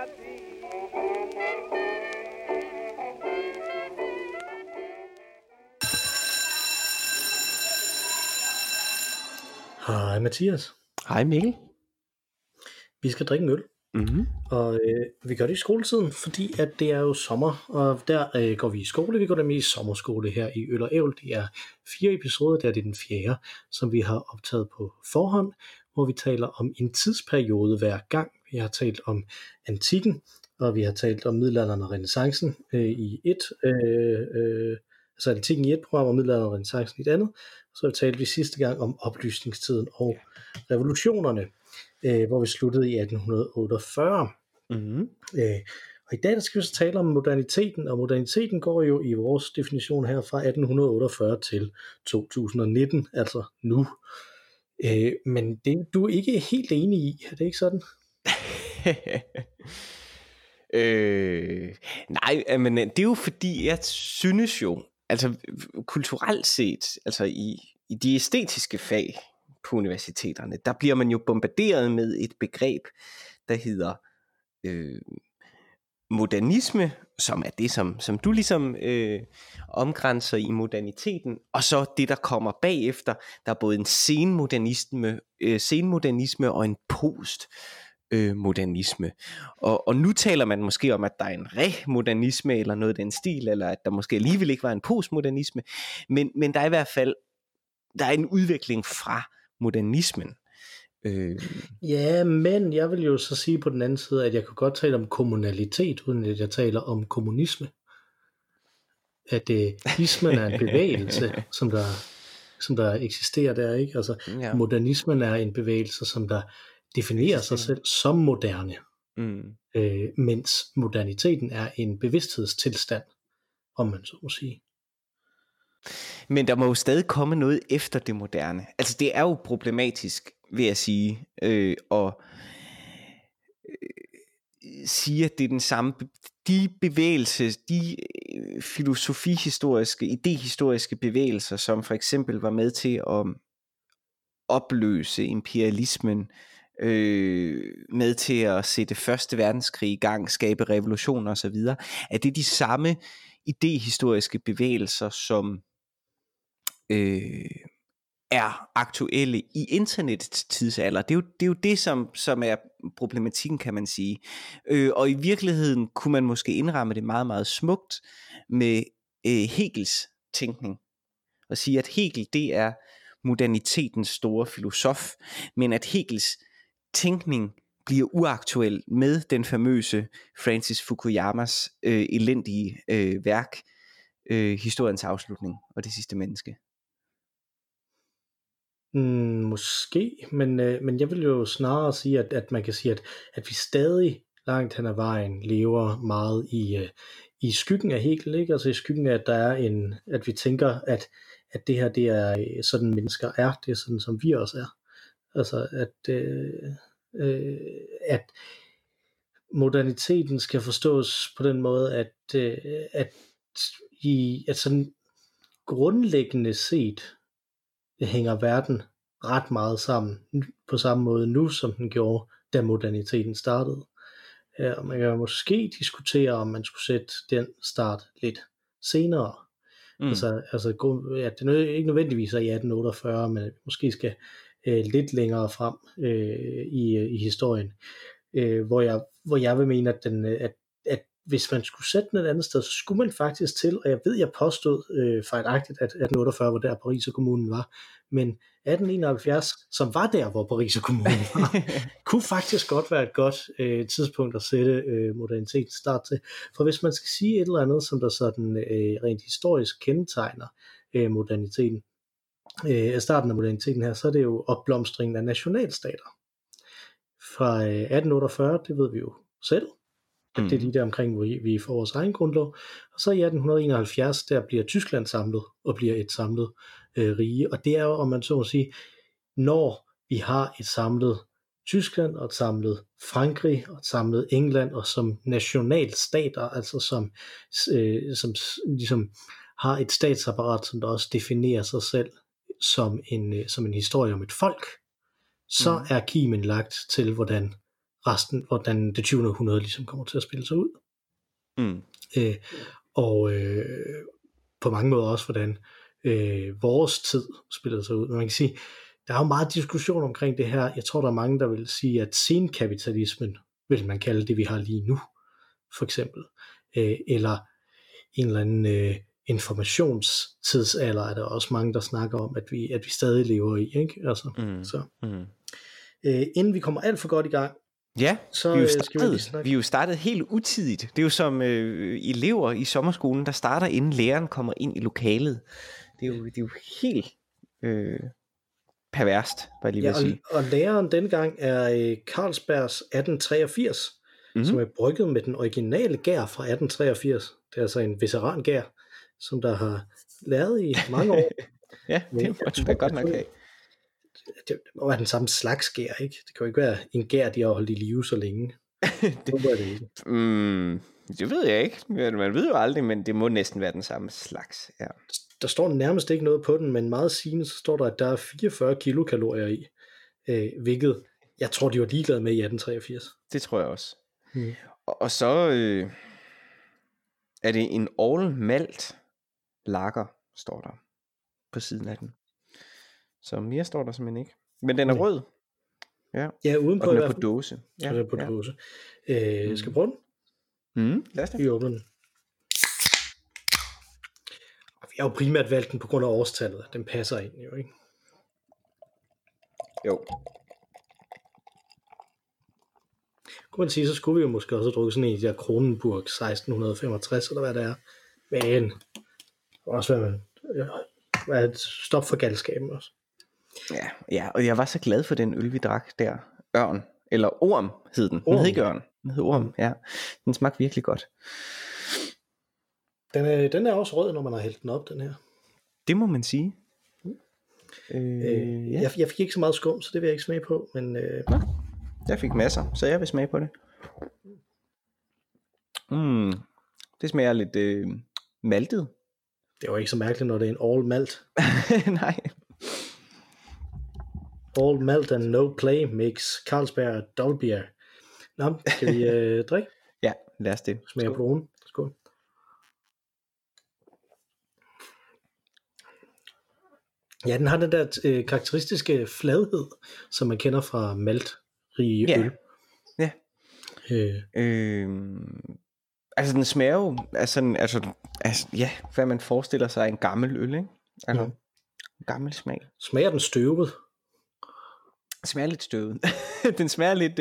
Hej Mathias. Hej Mikkel. Vi skal drikke en øl, og vi gør det i skoletiden, fordi at det er jo sommer, og der går vi i skole. Vi går nemlig i sommerskole her i Øl og Ævl. Det er 4 episoder, det er den 4., som vi har optaget på forhånd, hvor vi taler om en tidsperiode hver gang. Vi har talt om antikken, og vi har talt om middelalderen og renæssancen i et, altså antikken i et program, og middelalderen og renæssancen i et andet. Så talte vi sidste gang om oplysningstiden og revolutionerne, hvor vi sluttede i 1848. Og i dag der skal vi så tale om moderniteten, og moderniteten går jo i vores definition her fra 1848 til 2019, altså nu. Men det er du ikke helt enig i, er det ikke sådan? Nej, men det er jo fordi, jeg synes jo, altså kulturelt set, altså i de æstetiske fag på universiteterne, der bliver man jo bombarderet med et begreb, der hedder modernisme, som er det, som du ligesom omgrænser i moderniteten, og så det, der kommer bagefter, der er både en senmodernisme og en postmodernisme. Og nu taler man måske om, at der er en remodernisme, eller noget af den stil, eller at der måske alligevel ikke var en postmodernisme, men der er i hvert fald, der er en udvikling fra modernismen. Ja, men jeg vil jo så sige på den anden side, at jeg kan godt tale om kommunalitet, uden at jeg taler om kommunisme. At ismen er en bevægelse, som der eksisterer der, ikke? Altså ja. Modernismen er en bevægelse, som der definerer sig selv som moderne, mens moderniteten er en bevidsthedstilstand, om man så må sige. Men der må jo stadig komme noget efter det moderne. Altså det er jo problematisk, vil jeg sige, og sige, at det er den samme, de bevægelser, de filosofihistoriske, idehistoriske bevægelser, som for eksempel var med til at opløse imperialismen, med til at sætte første verdenskrig i gang, skabe revolutioner osv., at det er de samme idehistoriske bevægelser, som er aktuelle i internettets tidsalder. Det er jo det, som er problematikken, kan man sige. Og i virkeligheden kunne man måske indramme det meget, meget smukt med Hegels tænkning. Og sige, at Hegel, det er modernitetens store filosof, men at Hegels tænkning bliver uaktuel med den famøse Francis Fukuyamas elendige værk, Historiens afslutning og det sidste menneske. Måske, men jeg vil jo snarere sige, at man kan sige, at vi stadig langt hen ad vejen lever meget i skyggen af Hegel, ikke? Altså i skyggen af, at der er at vi tænker, at det her, det er sådan mennesker er, det er sådan som vi også er. Altså at moderniteten skal forstås på den måde, at sådan grundlæggende set hænger verden ret meget sammen på samme måde nu, som den gjorde, da moderniteten startede. Og man kan måske diskutere, om man skulle sætte den start lidt senere. Altså ja, det er ikke nødvendigvis i 1848, men måske skal lidt længere frem i historien, hvor jeg vil mene, at hvis man skulle sætte den et andet sted, så skulle man faktisk til, og jeg ved, jeg påstod fejlagtigt, at 1848 var der Pariserkommunen var, men 1871, som var der, hvor Pariserkommunen var, kunne faktisk godt være et godt tidspunkt at sætte modernitetens start til. For hvis man skal sige et eller andet, som der sådan rent historisk kendetegner moderniteten, starten af moderniteten her, så er det jo opblomstringen af nationalstater. Fra 1848, det ved vi jo selv, at det er lige der omkring, hvor vi får vores egen grundlov. Og så i 1871, der bliver Tyskland samlet, og bliver et samlet rige. Og det er jo, om man så må sige, når vi har et samlet Tyskland, og et samlet Frankrig, og et samlet England, og som nationalstater, altså som ligesom har et statsapparat, som der også definerer sig selv som en historie om et folk, så er kimen lagt til, hvordan resten, hvordan det 20. århundrede ligesom kommer til at spille sig ud. Og på mange måder også, hvordan vores tid spiller sig ud. Men man kan sige, der er jo meget diskussion omkring det her. Jeg tror, der er mange, der vil sige, at senkapitalismen, vil man kalde det, vi har lige nu, for eksempel. Eller en eller anden informationstidsalder, er der også mange, der snakker om, at vi stadig lever i. Ikke? Altså, så. Inden vi kommer alt for godt i gang, ja, så vi er jo startet helt utidigt. Det er jo som elever i sommerskolen, der starter inden læreren kommer ind i lokalet. Det er jo helt perverst, hvad jeg lige vil sige. Og læreren dengang er Carlsbergs 1883, som er brygget med den originale gær fra 1883. Det er altså en veterangær, som der har lavet i mange år. Ja, det må da godt nok have. Det må være den samme slags gær, ikke? Det kan jo ikke være en gær, de har holdt i live så længe. Det var det ikke. Det ved jeg ikke. Man ved jo aldrig, men det må næsten være den samme slags. Ja. Der står nærmest ikke noget på den, men meget sigende, så står der, at der er 44 kilokalorier i, hvilket jeg tror, de var ligeglade med i 1883. Det tror jeg også. Og så er det en all malt lager, står der på siden af den. Så mere står der simpelthen ikke. Men den er rød. Ja, udenpå. Og den er på dåse. Ja, den er på dåse. Skal vi prøve den? Lad os det. Vi åbner den. Og vi har jo primært valgt den på grund af årstallet. Den passer ind jo, ikke? Jo. Kunne man sige, så skulle vi jo måske også have drukket sådan en i der Kronenburg 1665, eller hvad det er. Men det var også være et stop for galskaben også. Ja, og jeg var så glad for den øl, vi drak der. Ørn. Eller Orm hed den. Den hed ikke Ørn. Den hed Orm, ja. Den smagte virkelig godt. Den er også rød, når man har hældt den op, den her. Det må man sige. Jeg fik ikke så meget skum, så det vil jeg ikke smage på. Men, jeg fik masser, så jeg vil smage på det. Det smager lidt maltet. Det var ikke så mærkeligt, når det er en all malt. Nej. All malt and no play makes Carlsberg dull beer. Nå, skal vi drikke? Ja, lad os det. Smager på ugen. Skål. Ja, den har den der karakteristiske fladhed, som man kender fra maltrige øl. Ja. Altså den smager jo altså ja, hvad man forestiller sig en gammel øl, ikke? Altså gammel smag. Smager den støvet? Den smager lidt støvet. Den smager lidt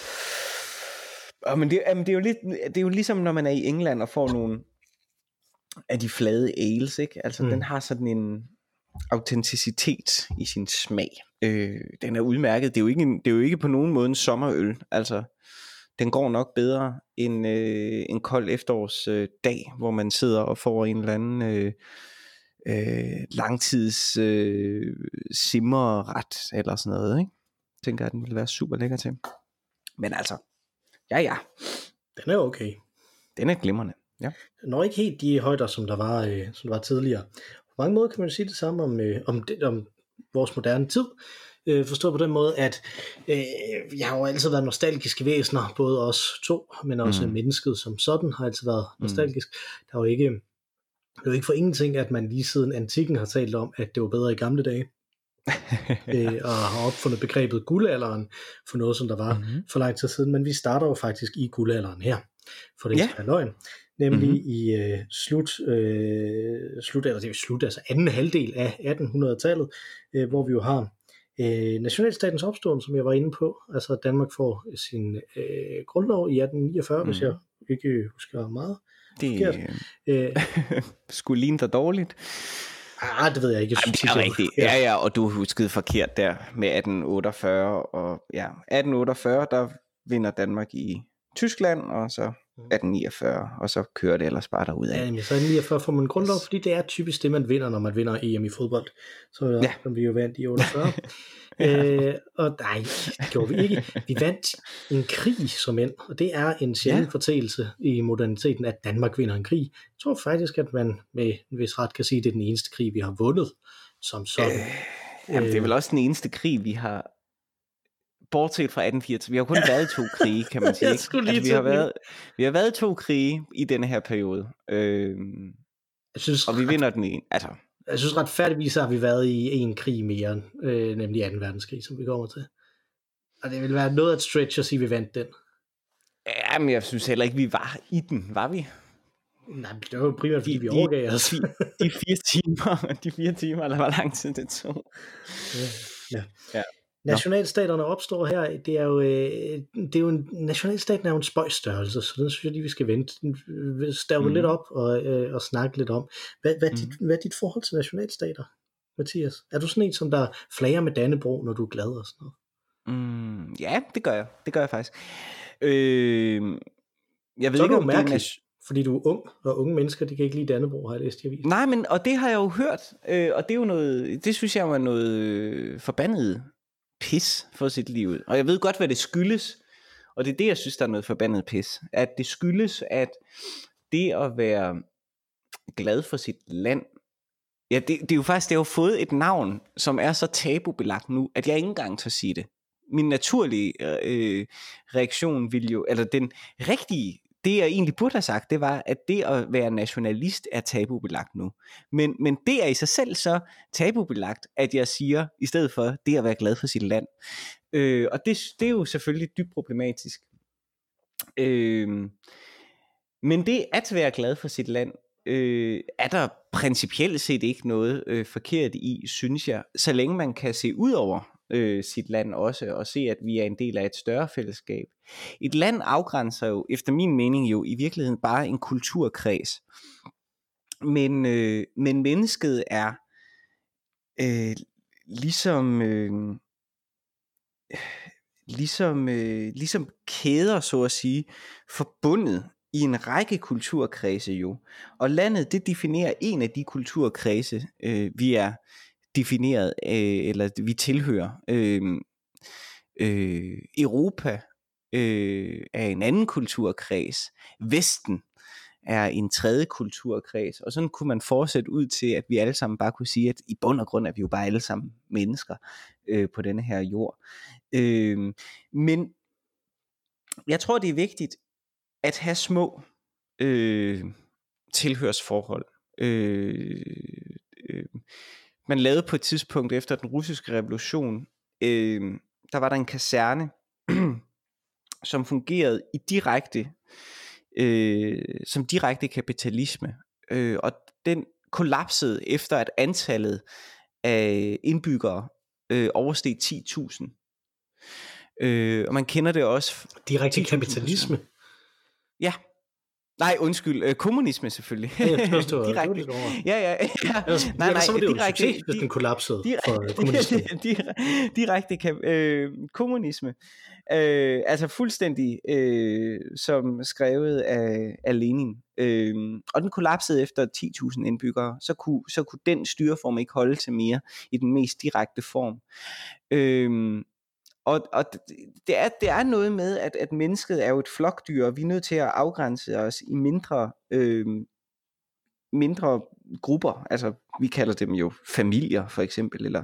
men det er jo lidt, det er jo ligesom når man er i England og får nogle af de flade ales, ikke? Altså den har sådan en autenticitet i sin smag. Den er udmærket. Det er jo ikke på nogen måde en sommerøl. Altså den går nok bedre end en kold efterårsdag, hvor man sidder og får en eller anden langtids simmerret eller sådan noget, ikke? Tænker at den vil være super lækker til. Men altså, ja. Den er okay. Den er glimrende. Ja. Når ikke helt de højder, som der var tidligere. På mange måder kan man sige det samme om vores moderne tid. Forstået på den måde, at vi har jo altid været nostalgiske væsener, både os to, men også mennesket som sådan har altid været nostalgisk. Der er jo ikke for ingenting, at man lige siden antikken har talt om, at det var bedre i gamle dage. Og har opfundet begrebet guldalderen for noget, som der var for lang tid siden. Men vi starter jo faktisk i guldalderen her, for det ikke skal være løgn. Nemlig i altså anden halvdel af 1800-tallet, hvor vi jo har nationalstatens opståen, som jeg var inde på. Altså Danmark får sin grundlov i 1849, hvis jeg ikke husker meget. Det skulle ligne dig dårligt. Det ved jeg ikke. Det er rigtigt. Ja, og du huskede forkert der med 1848. Og 1848, der vinder Danmark i Tyskland, og så 1849, og så kører det ellers bare derudad. Ja, men så 1849 får man en grundlov, fordi det er typisk det, man vinder, når man vinder EM i fodbold. Så som vi jo vandt i 48. Og nej, det gjorde vi ikke. Vi vandt en krig som mænd, og det er en sjælden fortælelse i moderniteten, at Danmark vinder en krig. Jeg tror faktisk, at man med en vis ret kan sige, at det er den eneste krig, vi har vundet som sådan. Jamen, det er vel også den eneste krig, vi har bortset fra 1864. Vi har kun været i 2 krige, kan man sige. Ikke? Altså, vi har været i 2 krige i denne her periode. Jeg synes, og vi vinder den ene. Altså. Jeg synes retfærdigvis har vi været i en krig mere, nemlig 2. verdenskrig, som vi kommer til. Og det vil være noget at stretch at sige, at vi vandt den. Ja, men jeg synes heller ikke, vi var i den. Var vi? Nej, det var jo primært, fordi vi overgav os. De 4 timer, eller hvor lang tid det tog. Ja. Nationalstaterne opstår her, det er jo nationalstaten er jo en spøjsstørrelse, så den synes jeg lige, vi skal vente, stave lidt op og snakke lidt om. Hvad er dit forhold til nationalstater, Mathias? Er du sådan en, som der flager med Dannebrog, når du er glad og sådan noget? Ja, det gør jeg faktisk. Jeg ved så ikke, om det er fordi du er ung, og unge mennesker, de kan ikke lide Dannebrog, har jeg læst i avisen. Nej, men, og det har jeg jo hørt, og det er jo noget, det synes jeg var noget forbandet pis for sit liv ud. Og jeg ved godt, hvad det skyldes, og det er det, jeg synes, der er noget forbandet pis. At det skyldes, at det at være glad for sit land, ja, det er jo faktisk, det har jo fået et navn, som er så tabubelagt nu, at jeg ikke engang tør sige det. Min naturlige reaktion vil jo, eller den rigtige, det jeg egentlig burde have sagt, det var, at det at være nationalist er tabubelagt nu. Men det er i sig selv så tabubelagt, at jeg siger, i stedet for det at være glad for sit land. Og det er jo selvfølgelig dybt problematisk. Men det at være glad for sit land, er der principielt set ikke noget forkert i, synes jeg, så længe man kan se ud over sit land også, og se at vi er en del af et større fællesskab. Et land afgrænser jo, efter min mening jo, i virkeligheden bare en kulturkreds. Men mennesket er ligesom kæder, så at sige, forbundet i en række kulturkredse jo. Og landet, det definerer en af de kulturkredse, vi er defineret af, eller vi tilhører. Europa er en anden kulturkreds. Vesten er en tredje kulturkreds. Og sådan kunne man fortsætte ud til, at vi alle sammen bare kunne sige, at i bund og grund er vi jo bare alle sammen mennesker på denne her jord. Men jeg tror, det er vigtigt at have små tilhørsforhold. Man lavede på et tidspunkt efter den russiske revolution, der var der en kaserne, som fungerede i direkte kapitalisme, og den kollapsede efter at antallet af indbyggere oversteg 10.000. Og man kender det også. Direkte kapitalisme? Ja. Nej, undskyld, kommunisme selvfølgelig. Ja, direkte. Ja. Nej, så var det jo direkte, succes, hvis den kollapsede for kommunismen. Direkte kommunisme. Altså fuldstændig som skrevet af Lenin. Og den kollapsede efter 10.000 indbyggere. Så kunne den styreform ikke holde til mere i den mest direkte form. Og det er noget med, at mennesket er jo et flokdyr, og vi er nødt til at afgrænse os i mindre grupper. Altså, vi kalder dem jo familier, for eksempel, eller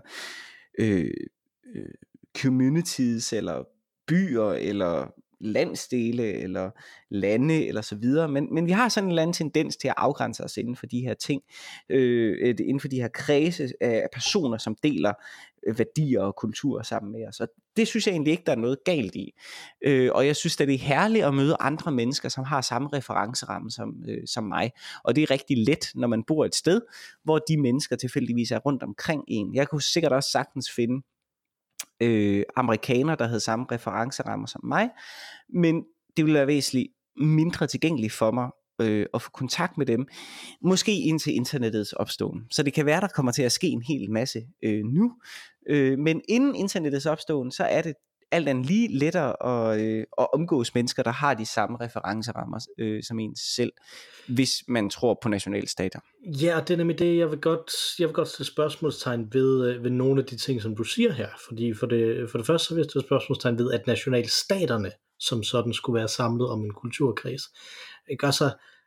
communities, eller byer, eller landsdele, eller lande, eller så videre. Men vi har sådan en eller anden tendens til at afgrænse os inden for de her ting, inden for de her kredse af personer, som deler værdier og kultur sammen med os. Og det synes jeg egentlig ikke, der er noget galt i. Og jeg synes, at det er herligt at møde andre mennesker, som har samme referenceramme som mig. Og det er rigtig let, når man bor et sted, hvor de mennesker tilfældigvis er rundt omkring en. Jeg kunne sikkert også sagtens finde amerikanere, der havde samme referencerammer som mig, men det ville være væsentligt mindre tilgængeligt for mig at få kontakt med dem, måske indtil internettets opståen. Så det kan være, der kommer til at ske en hel masse nu, men inden internettets opståen, så er det alt andet lige lettere at omgås mennesker, der har de samme referencerammer som en selv, hvis man tror på nationalstater. Ja, det er nemlig det, jeg vil godt stille spørgsmålstegn ved nogle af de ting, som du siger her, fordi for det første så vil jeg stille spørgsmålstegn ved, at nationalstaterne som sådan skulle være samlet om en kulturkreds. Ikke? Altså,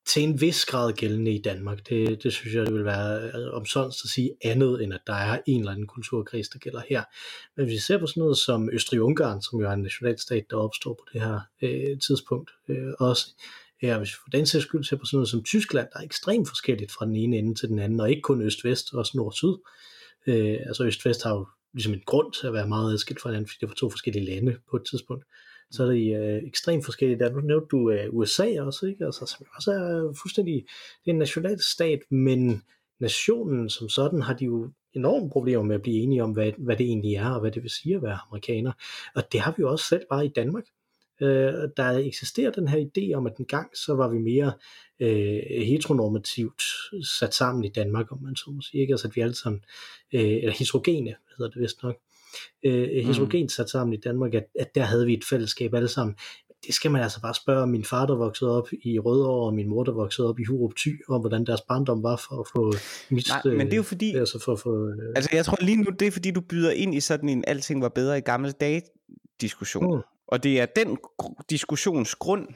til en vis grad gældende i Danmark. Det synes jeg, det vil være omsonst at sige andet, end at der er en eller anden kulturkreds, der gælder her. Men hvis vi ser på sådan noget som Østrig-Ungarn, som jo er en nationalstat, der opstår på det her tidspunkt også, ja, hvis vi for den sags skyld ser på sådan noget som Tyskland, der er ekstremt forskelligt fra den ene ende til den anden, og ikke kun øst-vest, også nord-syd. Altså øst-vest har jo ligesom en grund til at være meget adskilt fra hinanden, fordi det var to forskellige lande på et tidspunkt. Så er det ekstremt forskelligt. Der nu nævnte du USA også, ikke? Altså, som også er fuldstændig, det er en nationalstat, men nationen som sådan har de jo enorme problemer med at blive enige om, hvad det egentlig er, og hvad det vil sige at være amerikaner. Og det har vi jo også selv bare i Danmark. Der eksisterer den her idé om, at en gang så var vi mere heteronormativt sat sammen i Danmark, om man så må sige, ikke? Altså at vi alle sammen, eller heterogene hedder det vist nok, heterogent sat sammen i Danmark, at der havde vi et fællesskab alle sammen. Det skal man altså bare spørge min far, der voksede op i Rødovre, og min mor, der voksede op i Hurup Thy, om hvordan deres barndom var for at få mit... Nej, men det er jo fordi... Altså jeg tror lige nu, det er fordi, du byder ind i sådan en alting var bedre i gamle dage diskussion. Og det er den diskussions grund,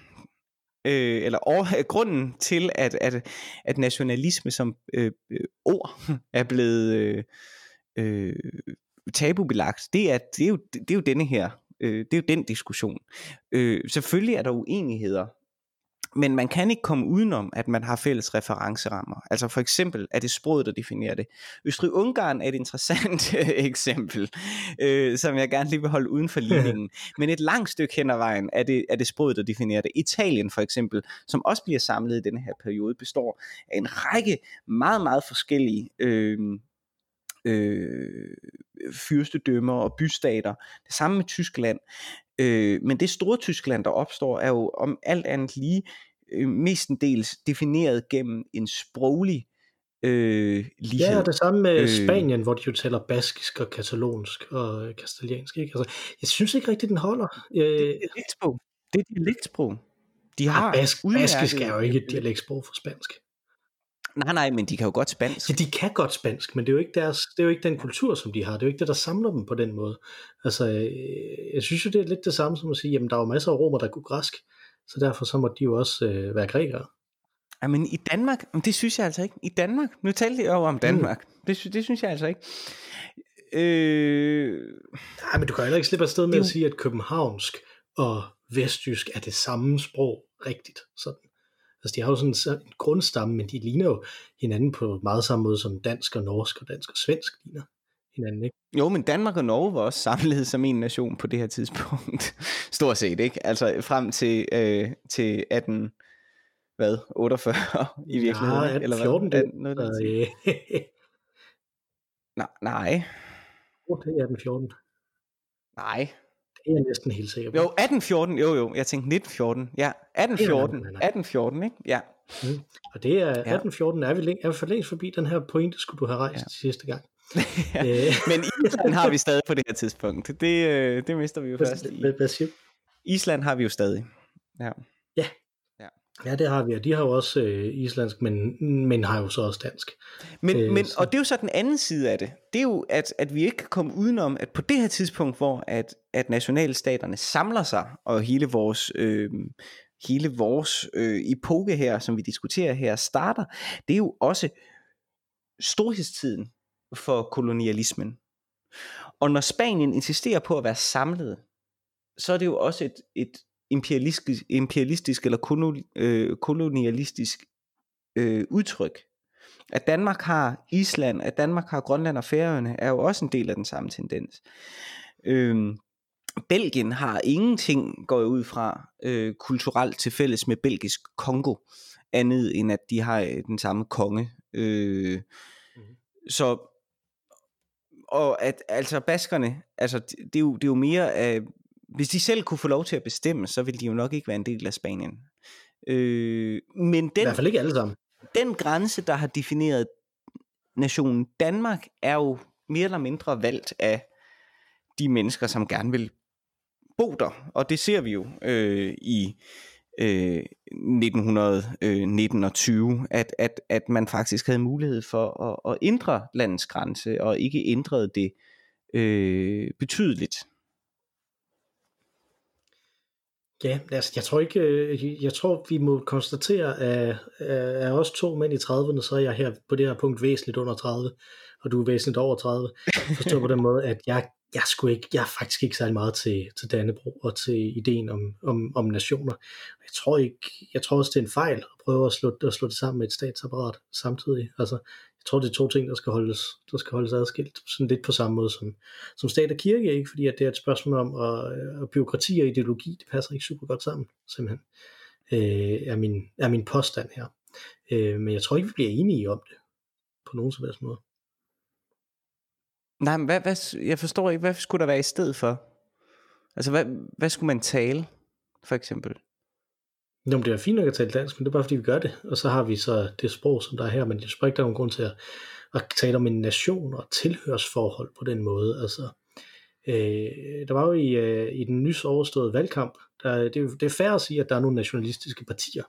grunden til, at nationalisme som ord er blevet tabubelagt, det er jo denne her, det er jo den diskussion. Selvfølgelig er der uenigheder, men man kan ikke komme udenom, at man har fælles referencerammer. Altså for eksempel er det sproget, der definerer det. Østrig-Ungarn er et interessant eksempel, som jeg gerne lige vil holde uden for ligningen. Men et langt stykke hen ad vejen er det sproget, der definerer det. Italien for eksempel, som også bliver samlet i denne her periode, består af en række meget, meget forskellige fyrstedømmer og bystater. Det samme med Tyskland. Men det store Tyskland, der opstår, er jo om alt andet lige mestendels defineret gennem en sproglig lighed. Ja, det samme med Spanien, hvor de jo taler baskisk og katalonsk og kastiliansk. Ikke? Altså, jeg synes ikke rigtigt, den holder. Det er dialektsprog. Det er dialektsprog. De har baskisk er jo ikke et dialektsprog for spansk. Nej, men de kan jo godt spansk. Ja, de kan godt spansk, men det er jo ikke den kultur, som de har. Det er jo ikke det, der samler dem på den måde. Altså, jeg synes jo, det er lidt det samme som at sige, jamen der var masser af romer, der kunne græsk, så derfor så må de jo også være grækere. Men i Danmark, det synes jeg altså ikke. I Danmark, nu talte jeg jo om Danmark. Det synes jeg altså ikke. Nej, men du kan heller ikke slippe afsted med at sige, at københavnsk og vestjysk er det samme sprog rigtigt. Sådan. Altså de har jo sådan en grundstamme, men de ligner jo hinanden på meget samme måde som dansk og norsk og dansk og svensk ligner hinanden, ikke? Jo, men Danmark og Norge var også samlet som en nation på det her tidspunkt. Stort set, ikke? Altså frem til 1848 i virkeligheden. Ja, 1814. Nej. Det er 1814. Nej. Det er jeg næsten helt sikker på. Jo, 1814, jo, jeg tænkte 1914. Ja, 1814, ikke? Ja. Og det er 1814, er vi for længst forbi den her pointe, skulle du have rejst sidste gang. Ja. Men Island har vi stadig på det her tidspunkt. Det mister vi jo først i. Hvad siger du? Island har vi jo stadig. Ja, det har vi, og de har jo også islandsk, men har jo så også dansk. Men og det er jo så den anden side af det. Det er jo, at vi ikke kan komme udenom, at på det her tidspunkt, hvor at nationalstaterne samler sig, og hele vores epoke her, som vi diskuterer her, starter, det er jo også storhedstiden for kolonialismen. Og når Spanien insisterer på at være samlet, så er det jo også et imperialistisk eller kolonialistisk udtryk. At Danmark har Island, at Danmark har Grønland og Færøerne, er jo også en del af den samme tendens. Belgien har ingenting, går jeg ud fra, kulturelt til fælles med belgisk Kongo, andet end at de har den samme konge. Så og at altså baskerne, altså det er jo mere hvis de selv kunne få lov til at bestemme, så ville de jo nok ikke være en del af Spanien. Men i hvert fald ikke alle sammen. Den grænse, der har defineret nationen Danmark, er jo mere eller mindre valgt af de mennesker, som gerne vil bo der. Og det ser vi jo i 1919 og 20, at man faktisk havde mulighed for at ændre landets grænse, og ikke ændrede det betydeligt. Ja, altså, jeg tror, vi må konstatere, at af os 2 mænd i 30'erne, så er jeg her på det her punkt væsentligt under 30, og du er væsentligt over 30. Forstår på den måde, at jeg er faktisk ikke særlig meget til Dannebrog og til ideen om nationer. Jeg tror også, det er en fejl at prøve at slå det sammen med et statsapparat samtidig. Altså, jeg tror, det er 2 ting, der skal holdes adskilt, sådan lidt på samme måde som stat og kirke, ikke? Fordi at det er et spørgsmål om, at byråkrati og ideologi, det passer ikke super godt sammen, simpelthen, er min påstand her. Men jeg tror ikke, vi bliver enige om det, på nogen som helst måde. Nej, men jeg forstår ikke, hvad skulle der være i stedet for? Altså, hvad skulle man tale, for eksempel? Nå, men det er fint nok at tale dansk, men det er bare fordi vi gør det, og så har vi så det sprog, som der er her, men jeg tror ikke, der er nogen grund til at tale om en nation og tilhørsforhold på den måde. Altså, der var jo i den nys overståede valgkamp, det er fair at sige, at der er nogle nationalistiske partier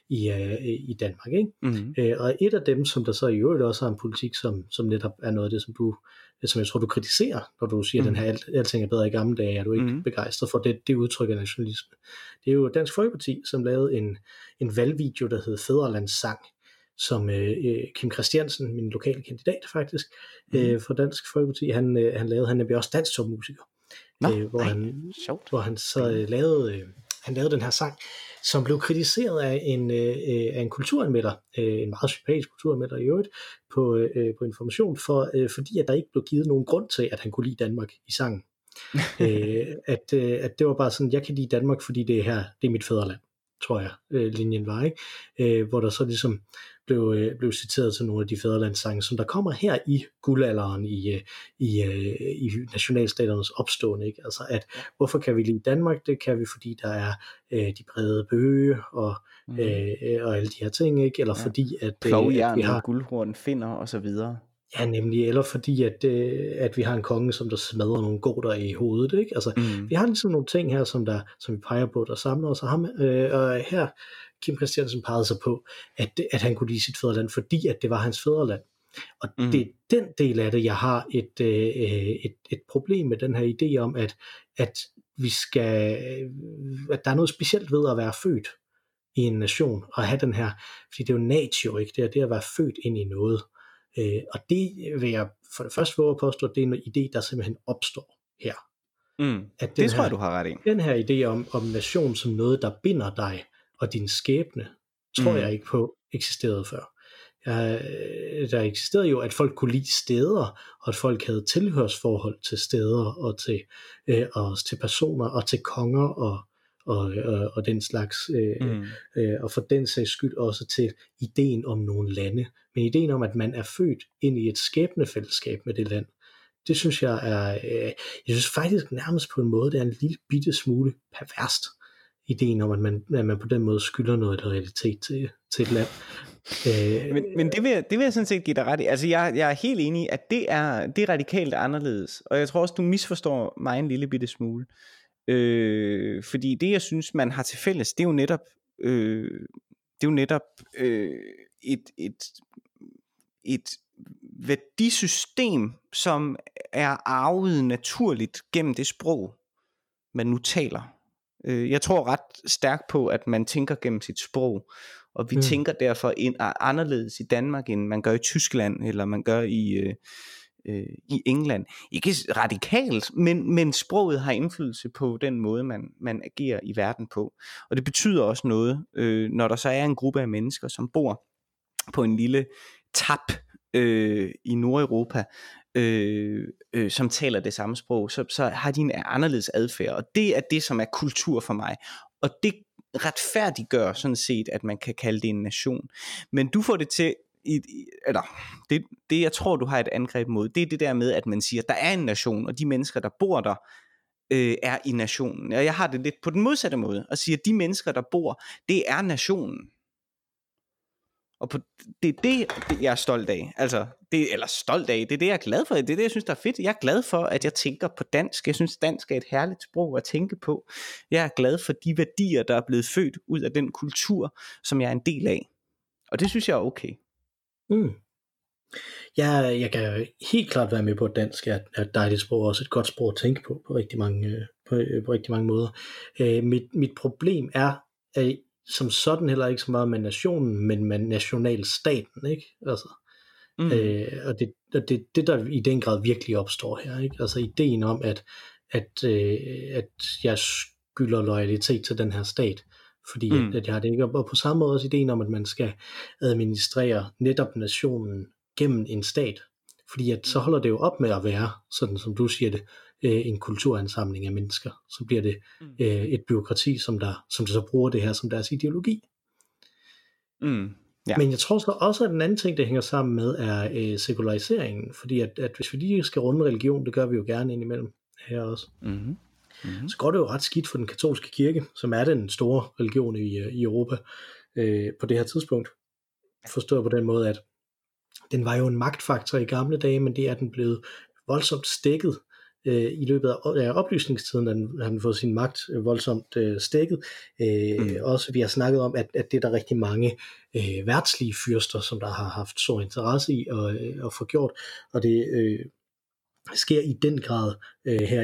i Danmark, ikke? Mm-hmm. Og et af dem, som der så i øvrigt også har en politik, som netop er noget af det, som jeg tror, du kritiserer, når du siger, at den her alting er bedre i gamle dage, er du ikke begejstret for det udtryk af nationalisme. Det er jo Dansk Folkeparti, som lavede en valgvideo, der hed Fædrelandssang, som Kim Christiansen, min lokale kandidat faktisk, for Dansk Folkeparti, han lavede, han er også dansk musiker, hvor han så lavede den her sang, som blev kritiseret af en kulturanmelder, en meget sympatisk kulturanmelder i øvrigt, på Information, fordi at der ikke blev givet nogen grund til, at han kunne lide Danmark i sangen. At det var bare sådan, jeg kan lide Danmark, fordi det er mit fædreland, tror jeg, linjen var, ikke? Hvor der så ligesom blev citeret til nogle af de fædrelandssange, som der kommer her i guldalderen i nationalstaternes opstående, ikke? Altså, at hvorfor kan vi lide Danmark? Det kan vi, fordi der er de brede bøge og alle de her ting, ikke? Eller fordi at plovjern, at guldhorn, finder og så videre. Ja, nemlig, eller fordi at vi har en konge, som der smadrer nogle goder i hovedet, ikke? Altså, vi har ligesom nogle ting her, som vi peger på, der samler os, og her Kim Christiansen pegede sig på, at han kunne lide sit fædreland, fordi at det var hans fædreland. Og det er den del af det, jeg har et problem med den her idé om, at der er noget specielt ved at være født i en nation, og have den her, fordi det er jo natio, ikke? Det er det at være født ind i noget. Og det vil jeg for det første våge at påstå, at det er en idé, der simpelthen opstår her. At det tror jeg, du har ret i. Den her idé om nation som noget, der binder dig og din skæbne, tror jeg ikke på eksisterede før. Der eksisterede jo, at folk kunne lide steder, og at folk havde tilhørsforhold til steder, og til personer, og til konger, og den slags, og for den sags skyld også til ideen om nogle lande, men ideen om, at man er født ind i et skæbnefællesskab med det land, det synes jeg jeg synes faktisk nærmest på en måde, det er en lille bitte smule perverst, ideen om, at man på den måde skylder noget realitet til et land. Men det vil jeg sådan set give dig ret i. Altså jeg er helt enig i, at det er radikalt anderledes, og jeg tror også, du misforstår mig en lille bitte smule. Fordi det jeg synes man har til fælles, det er jo netop et værdisystem, som er arvet naturligt gennem det sprog man nu taler. Jeg tror ret stærkt på, at man tænker gennem sit sprog, og vi tænker derfor anderledes i Danmark, end man gør i Tyskland, eller man gør i England. Ikke radikalt, men sproget har indflydelse på den måde, man agerer i verden på. Og det betyder også noget, når der så er en gruppe af mennesker, som bor på en lille tap i Nordeuropa, som taler det samme sprog, så har de en anderledes adfærd, og det er det, som er kultur for mig. Og det retfærdiggør sådan set, at man kan kalde det en nation. Men du får det til det jeg tror du har et angreb mod, det er det der med, at man siger, at der er en nation, og de mennesker der bor der er i nationen. Og jeg har det lidt på den modsatte måde, og siger, at de mennesker der bor, det er nationen. Og det er det jeg er stolt af. Altså det er det jeg er glad for. Det er det jeg synes der er fedt. Jeg er glad for at jeg tænker på dansk. Jeg synes dansk er et herligt sprog at tænke på. Jeg er glad for de værdier der er blevet født ud af den kultur, som jeg er en del af. Og det synes jeg er okay. Jeg kan helt klart være med på, at dansk er et dejligt sprog, og også et godt sprog at tænke på rigtig mange, på rigtig mange måder. Mit problem er som sådan heller ikke så meget med nationen, men med nationalstaten, ikke? Altså, og det der i den grad virkelig opstår her, ikke? Altså ideen om, at jeg skylder loyalitet til den her stat, fordi at jeg har det ikke, og på samme måde også ideen om, at man skal administrere netop nationen gennem en stat, fordi at så holder det jo op med at være, sådan som du siger det, en kulturansamling af mennesker. Så bliver det et byråkrati, som så bruger det her som deres ideologi. Ja. Men jeg tror så også, at en anden ting, det hænger sammen med, er sekulariseringen, fordi at hvis vi lige skal runde religion, det gør vi jo gerne indimellem her også, så går det jo ret skidt for den katolske kirke, som er den store religion i Europa på det her tidspunkt. Forstået på den måde, at den var jo en magtfaktor i gamle dage, men det er den blevet voldsomt stækket i løbet af oplysningstiden, har den fået sin magt voldsomt stækket. Også vi har snakket om, at det er der rigtig mange verdslige fyrster, som der har haft stor interesse i at få gjort, og det sker i den grad her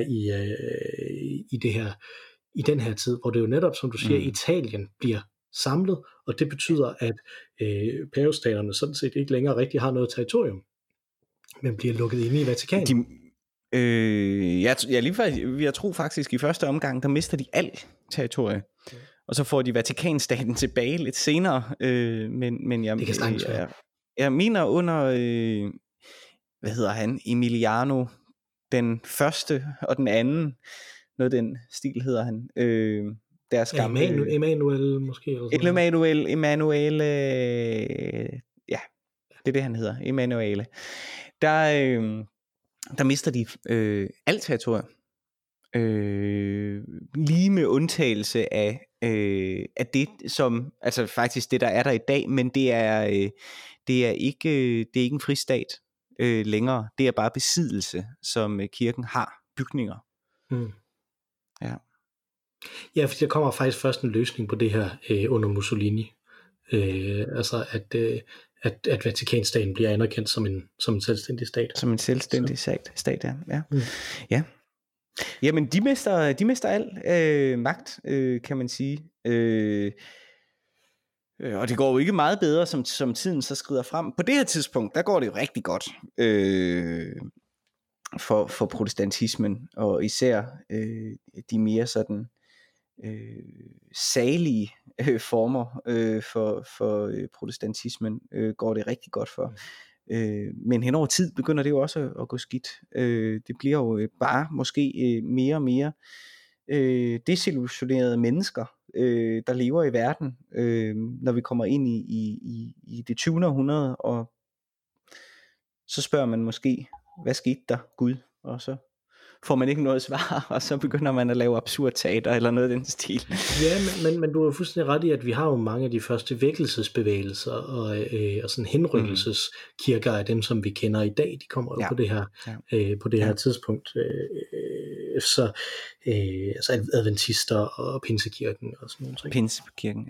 i den her tid, hvor det jo netop, som du siger, Italien bliver samlet, og det betyder, at pavestaterne sådan set ikke længere rigtig har noget territorium, men bliver lukket inde i Vatikanet. Jeg tror faktisk i første omgang, der mister de alt territorie, og så får de Vatikanstaten tilbage lidt senere, men det kan sagtens være. Jeg mener under, hvad hedder han, Emiliano den første og den anden, noget den stil hedder han, deres gamle Emanuel måske eller Emanuele, ja, det er det han hedder, Emanuele. Der mister de alt territorium, lige med undtagelse af det som, altså faktisk det der er der i dag, men det er ikke en fristat længere. Det er bare besiddelse, som kirken har, bygninger. Ja. Ja, for der kommer faktisk først en løsning på det her under Mussolini. Altså at Vatikanstaten bliver anerkendt som en selvstændig stat. Som en selvstændig stat, ja. Ja. Jamen, de mister al magt, kan man sige. Og det går jo ikke meget bedre, som tiden så skrider frem. På det her tidspunkt, der går det jo rigtig godt for protestantismen, og især de mere sådan salige former for protestantismen går det rigtig godt for. Men hen over tid begynder det jo også at gå skidt. Det bliver jo bare måske mere og mere desillusionerede mennesker, der lever i verden, når vi kommer ind i det 20. århundrede, og så spørger man måske, hvad skete der, Gud? Og så får man ikke noget svar, og så begynder man at lave absurd teater eller noget af den stil. Ja, men du har fuldstændig ret i, at vi har jo mange af de første vækkelsesbevægelser og sådan henrykkelseskirker af dem, som vi kender i dag. De kommer jo på det her tidspunkt. Så altså adventister og pinsekirken og sådan noget. Pinsekirken,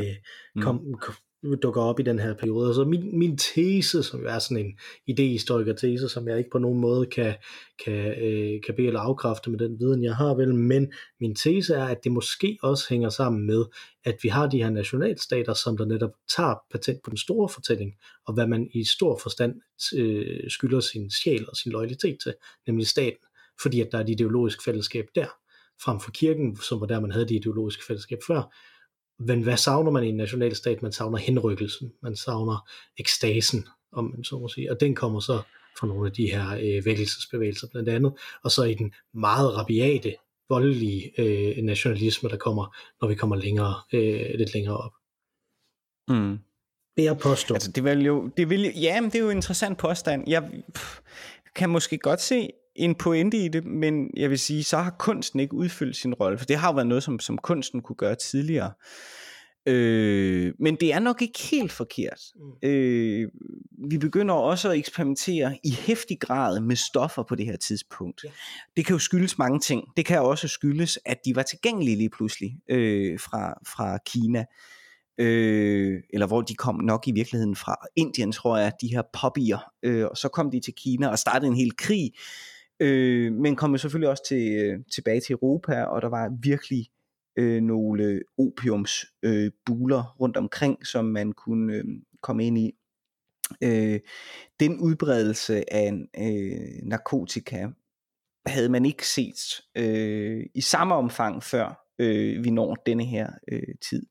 dukker op i den her periode. Altså min tese, som jo er sådan en idehistoriker tese, som jeg ikke på nogen måde kan bede eller afkræfte med den viden, jeg har vel, men min tese er, at det måske også hænger sammen med, at vi har de her nationalstater, som der netop tager patent på den store fortælling, og hvad man i stor forstand skylder sin sjæl og sin loyalitet til, nemlig staten, fordi at der er et ideologisk fællesskab der, frem for kirken, som var der, man havde det ideologiske fællesskab før. Men hvad savner man i en nationalstat? Man savner henrykkelsen, man savner ekstasen, om man så må sige, og den kommer så fra nogle af de her vækkelsesbevægelser blandt andet, og så i den meget rabiate, voldelige nationalisme, der kommer, når vi kommer lidt længere op. Det er påstå. Altså det er jo en interessant påstand. Jeg kan måske godt se en pointe i det, men jeg vil sige, så har kunsten ikke udfyldt sin rolle, for det har jo været noget, som kunsten kunne gøre tidligere. Men det er nok ikke helt forkert. Vi begynder også at eksperimentere i heftig grad med stoffer på det her tidspunkt. Det kan jo skyldes mange ting. Det kan også skyldes, at de var tilgængelige lige pludselig fra Kina. eller hvor de kom nok i virkeligheden fra Indien, tror jeg, de her poppyer, og så kom de til Kina og startede en hel krig, men kom jo selvfølgelig også tilbage til Europa, og der var virkelig nogle opiumsbuler rundt omkring, som man kunne komme ind i. Den udbredelse af narkotika havde man ikke set i samme omfang før vi når denne her tid.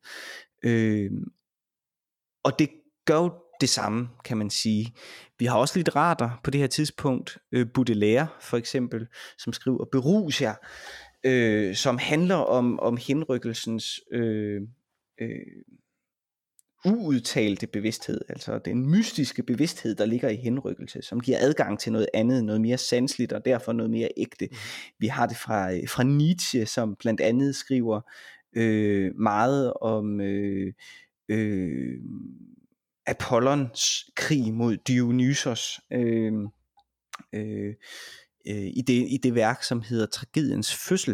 Og det gør jo det samme, kan man sige. Vi har også litterater på det her tidspunkt, Baudelaire for eksempel, som skriver Berus jer, som handler om henrykkelsens uudtalte bevidsthed, altså den mystiske bevidsthed, der ligger i henrykkelse, som giver adgang til noget andet, noget mere sanseligt og derfor noget mere ægte. Vi har det fra Nietzsche, som blandt andet skriver meget om Apollons krig mod Dionysos i det værk, som hedder Tragediens fødsel,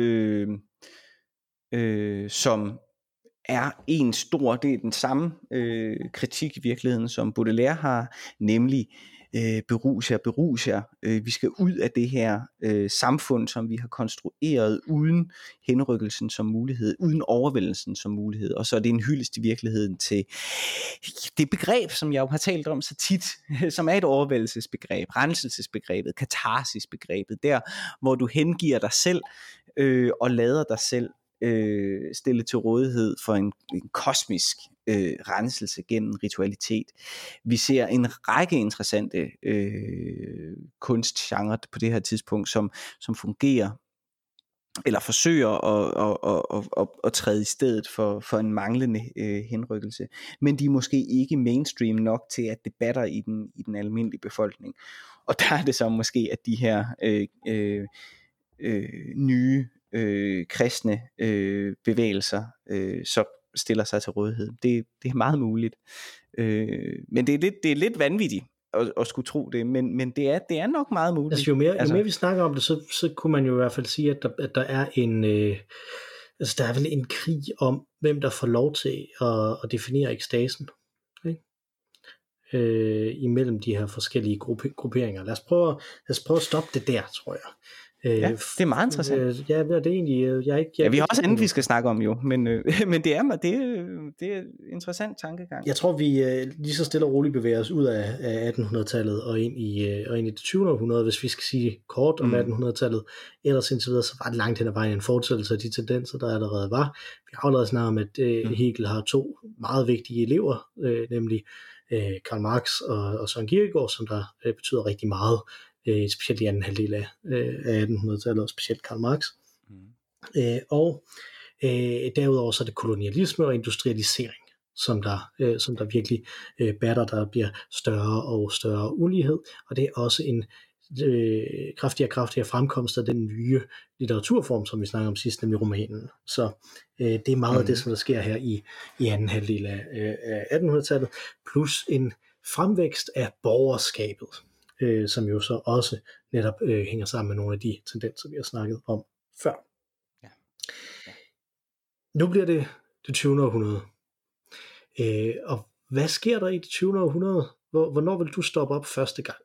som er en stor, det er den samme kritik i virkeligheden, som Baudelaire har, nemlig berus jer. Vi skal ud af det her samfund, som vi har konstrueret uden henrykkelsen som mulighed, uden overvældelsen som mulighed. Og så er det en hyldest i virkeligheden til det begreb, som jeg jo har talt om så tit, som er et overvældelsesbegreb, renselsesbegrebet, katarsisbegrebet, der hvor du hengiver dig selv og lader dig selv stille til rådighed for en kosmisk renselse gennem ritualitet. Vi ser en række interessante kunstgenre på det her tidspunkt, som fungerer eller forsøger at træde i stedet for en manglende henrykkelse, men de er måske ikke mainstream nok til at debatter i den almindelige befolkning. Og der er det så måske, at de her nye kristne bevægelser så stiller sig til rådighed. Det er meget muligt. Men det er lidt vanvittigt at skulle tro det, men det er nok meget muligt. Altså jo mere vi snakker om det, så kunne man jo i hvert fald sige, at der er en altså der er vel en krig om, hvem der får lov til at definere ekstasen, ikke? Imellem de her forskellige grupperinger. Lad os prøve at stoppe det der, tror jeg. Ja, det er meget interessant. Ja, det er egentlig... vi har også andet, vi skal snakke om jo, men det er interessant tankegang. Jeg tror, vi lige så stille og roligt bevæger os ud af 1800-tallet og ind i det 20. århundrede, hvis vi skal sige kort om 1800-tallet. Ellers indtil videre, så var det langt hen ad vejen en fortsættelse af de tendenser, der allerede var. Vi har allerede snakket om, at Hegel har to meget vigtige elever, nemlig Karl Marx og Søren Kierkegaard, som der betyder rigtig meget, specielt i anden halvdel af 1800-tallet, og specielt Karl Marx. Og derudover så er det kolonialisme og industrialisering, som der virkelig batter, der bliver større og større ulighed, og det er også en kraftigere fremkomst af den nye litteraturform, som vi snakker om sidst, nemlig romanen. Så det er meget af det, som der sker her i anden halvdel af 1800-tallet, plus en fremvækst af borgerskabet, som jo så også netop hænger sammen med nogle af de tendenser, vi har snakket om før. Ja. Nu bliver det 20. århundrede. Og hvad sker der i det 20. århundrede? Hvornår vil du stoppe op første gang?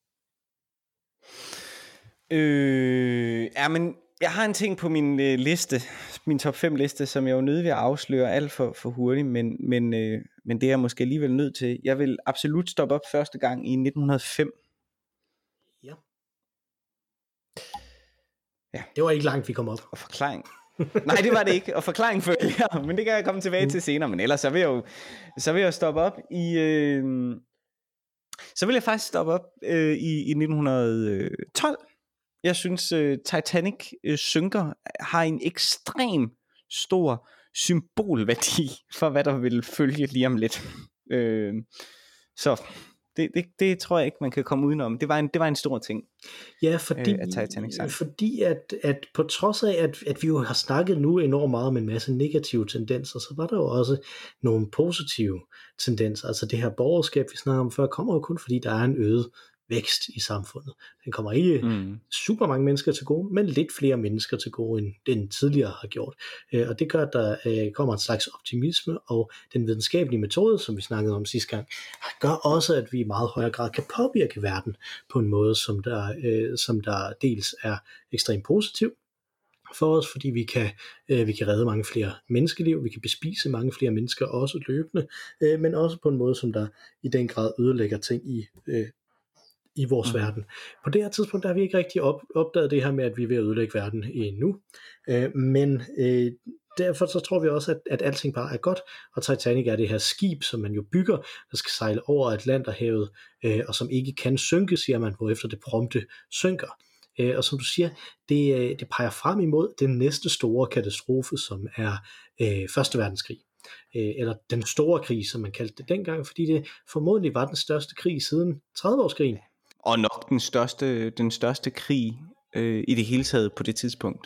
Men jeg har en ting på min liste, min top 5 liste, som jeg jo nødt vil afsløre alt for hurtigt, men det er jeg måske alligevel nødt til. Jeg vil absolut stoppe op første gang i 1905. Ja. Det var ikke langt, vi kom op. Og forklaring. Nej, det var det ikke. Og forklaring følger, men det kan jeg komme tilbage til senere. Men ellers så vil jeg stoppe op i... Så vil jeg faktisk stoppe op i 1912. Jeg synes, Titanic synker har en ekstrem stor symbolværdi for, hvad der vil følge lige om lidt. Så... Det tror jeg ikke, man kan komme udenom. Det var en stor ting. Ja, fordi at på trods af, at vi jo har snakket nu enormt meget om en masse negative tendenser, så var der jo også nogle positive tendenser. Altså det her borgerskab, vi snakker om før, kommer jo kun fordi der er en øget vækst i samfundet. Den kommer ikke super mange mennesker til gode, men lidt flere mennesker til gode, end den tidligere har gjort. Og det gør, at der kommer en slags optimisme, og den videnskabelige metode, som vi snakkede om sidste gang, gør også, at vi i meget højere grad kan påvirke verden på en måde, som der dels er ekstremt positiv for os, fordi vi kan redde mange flere menneskeliv, vi kan bespise mange flere mennesker også løbende, men også på en måde, som der i den grad ødelægger ting i vores verden. På det her tidspunkt, der har vi ikke rigtig opdaget det her med, at vi er ved at ødelægge verden endnu, men derfor så tror vi også, at alting bare er godt, og Titanic er det her skib, som man jo bygger, der skal sejle over Atlanterhavet, og som ikke kan synke, siger man, hvorefter det prompte synker. Og som du siger, det peger frem imod den næste store katastrofe, som er Første Verdenskrig. Eller den store krig, som man kaldte det dengang, fordi det formodentlig var den største krig siden 30-årskrigen. Og nok den største krig i det hele taget på det tidspunkt.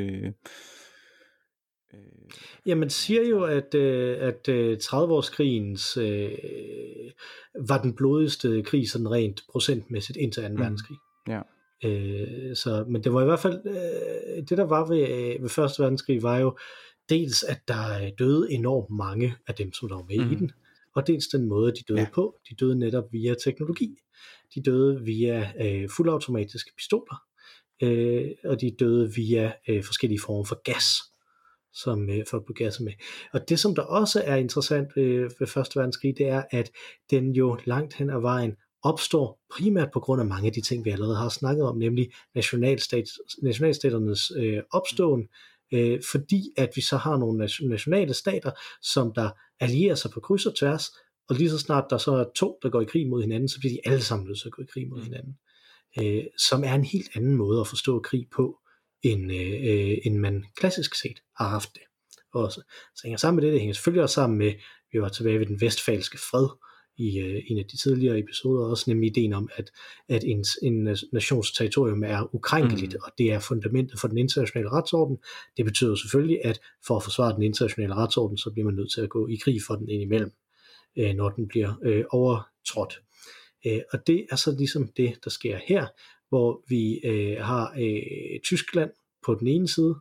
Ja, man siger jo, at 30-årskrigens var den blodigste krig sådan rent procentmæssigt indtil 2. verdenskrig. Ja. Men det var i hvert fald det der var ved Første Verdenskrig var jo dels at der døde enormt mange af dem som der var med i den, og dels den måde de døde på. De døde netop via teknologi. De døde via fuldautomatiske pistoler, og de døde via forskellige former for gas, som folk blev gasset med. Og det som der også er interessant ved Første Verdenskrig, det er at den jo langt hen ad vejen opstår primært på grund af mange af de ting, vi allerede har snakket om, nemlig nationalstaternes opståen, fordi at vi så har nogle nationale stater, som der allierer sig på kryds og tværs, og lige så snart der så er to, der går i krig mod hinanden, så bliver de alle sammen nødt til at gå i krig mod hinanden. Som er en helt anden måde at forstå krig på, end man klassisk set har haft det. Også. Så hænger sammen med det hænger selvfølgelig også sammen med, vi var tilbage ved den vestfalske fred, i en af de tidligere episoder også, nemlig ideen om, at en nations territorium er ukrænkeligt, og det er fundamentet for den internationale retsorden. Det betyder selvfølgelig, at for at forsvare den internationale retsorden, så bliver man nødt til at gå i krig for den indimellem, når den bliver overtrådt. Og det er så ligesom det, der sker her, hvor vi har Tyskland på den ene side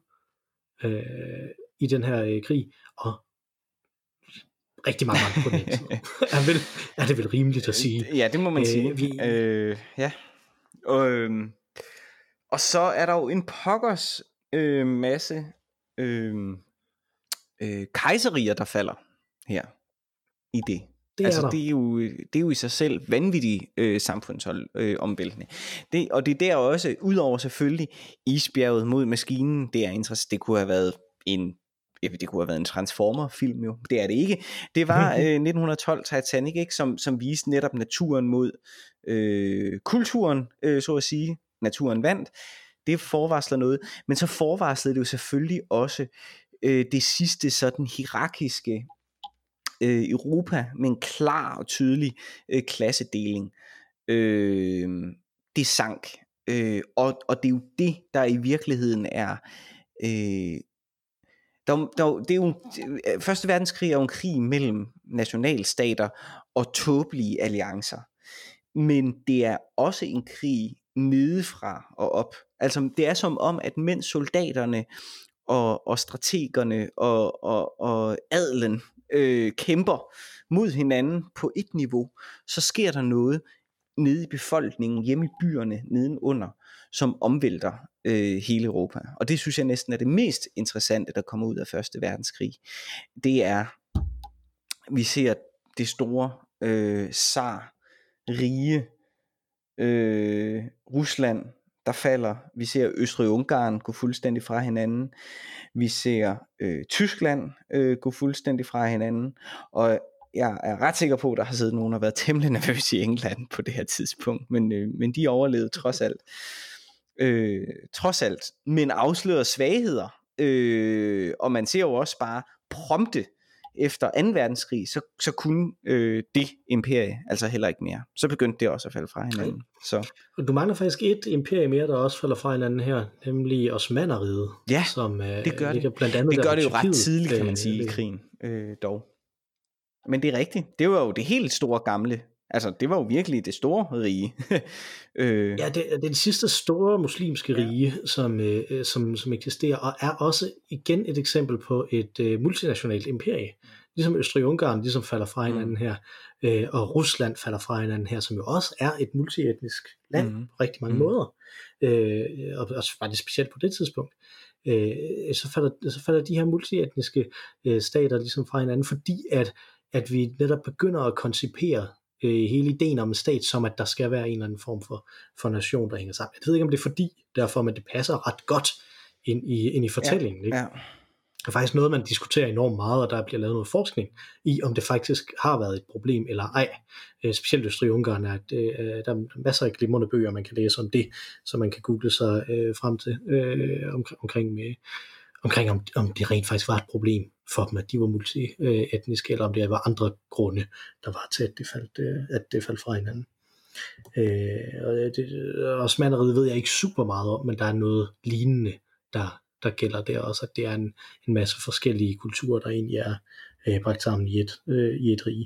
i den her krig, og rigtig mange på den ene side. Er det vel rimeligt at sige? Ja, det må man sige. Ja. Og så er der jo en pokkers masse kejserier, der falder her i det. Det er jo i sig selv vanvittigt samfundsomvæltende. Og det er der også, udover selvfølgelig isbjerget mod maskinen, det er interessant. Det kunne have været en Transformer-film jo. Det er det ikke. Det var 1912 Titanic, ikke, som viste netop naturen mod kulturen, så at sige. Naturen vandt. Det forvarsler noget. Men så forvarslede det jo selvfølgelig også det sidste sådan hierarkiske Europa med en klar og tydelig klassedeling. Det sank. Og det er jo det, der i virkeligheden er... det er jo, Første Verdenskrig er jo en krig mellem nationalstater og tåbelige alliancer. Men det er også en krig nedefra og op. Altså det er som om, at mens soldaterne og strategerne og adelen kæmper mod hinanden på et niveau, så sker der noget nede i befolkningen, hjemme i byerne nedenunder, som omvælter hele Europa. Og det synes jeg næsten er det mest interessante, der kommer ud af Første Verdenskrig. Det er, vi ser det store tsar-rige Rusland, der falder. Vi ser Østrig-Ungarn gå fuldstændig fra hinanden. Vi ser Tyskland gå fuldstændig fra hinanden. Og jeg er ret sikker på, at der har siddet nogen, der har været temmelig nervøse i England på det her tidspunkt. Men de overlevede trods alt. Men afslører svagheder. Og man ser jo også bare prompte efter 2. verdenskrig, så kunne det imperie altså heller ikke mere. Så begyndte det også at falde fra hinanden. Så. Du mangler faktisk et imperie mere, der også falder fra hinanden her, nemlig Osmannerriget. Ja, som, det gør det. Blandt andet det gør det jo ret tidligt, kan man sige, i krigen dog. Men det er rigtigt. Det var jo det helt store gamle Altså det var jo virkelig det store rige. Ja, det er det sidste store muslimske rige, som eksisterer, og er også igen et eksempel på et multinationalt imperie. Ligesom Østrig-Ungarn ligesom falder fra hinanden her, og Rusland falder fra hinanden her, som jo også er et multietnisk land på rigtig mange måder, og også faktisk specielt på det tidspunkt. Så falder de her multietniske stater ligesom fra hinanden, fordi at vi netop begynder at koncipere hele ideen om en stat, som at der skal være en eller anden form for nation, der hænger sammen. Jeg ved ikke, om det er fordi, derfor, men det passer ret godt ind i fortællingen. Ikke? Ja. Det er faktisk noget, man diskuterer enormt meget, og der bliver lavet noget forskning i, om det faktisk har været et problem eller ej. Specielt Østrig-Ungarn er, der er masser af glimrende bøger, man kan læse om det, så man kan google sig frem til omkring om det rent faktisk var et problem for dem, at de var multietniske, eller om det var andre grunde, der var til, at det faldt fra hinanden. Og Osmanneriget ved jeg ikke super meget om, men der er noget lignende, der gælder der også, at det er en masse forskellige kulturer, der egentlig er bragt sammen i et rige.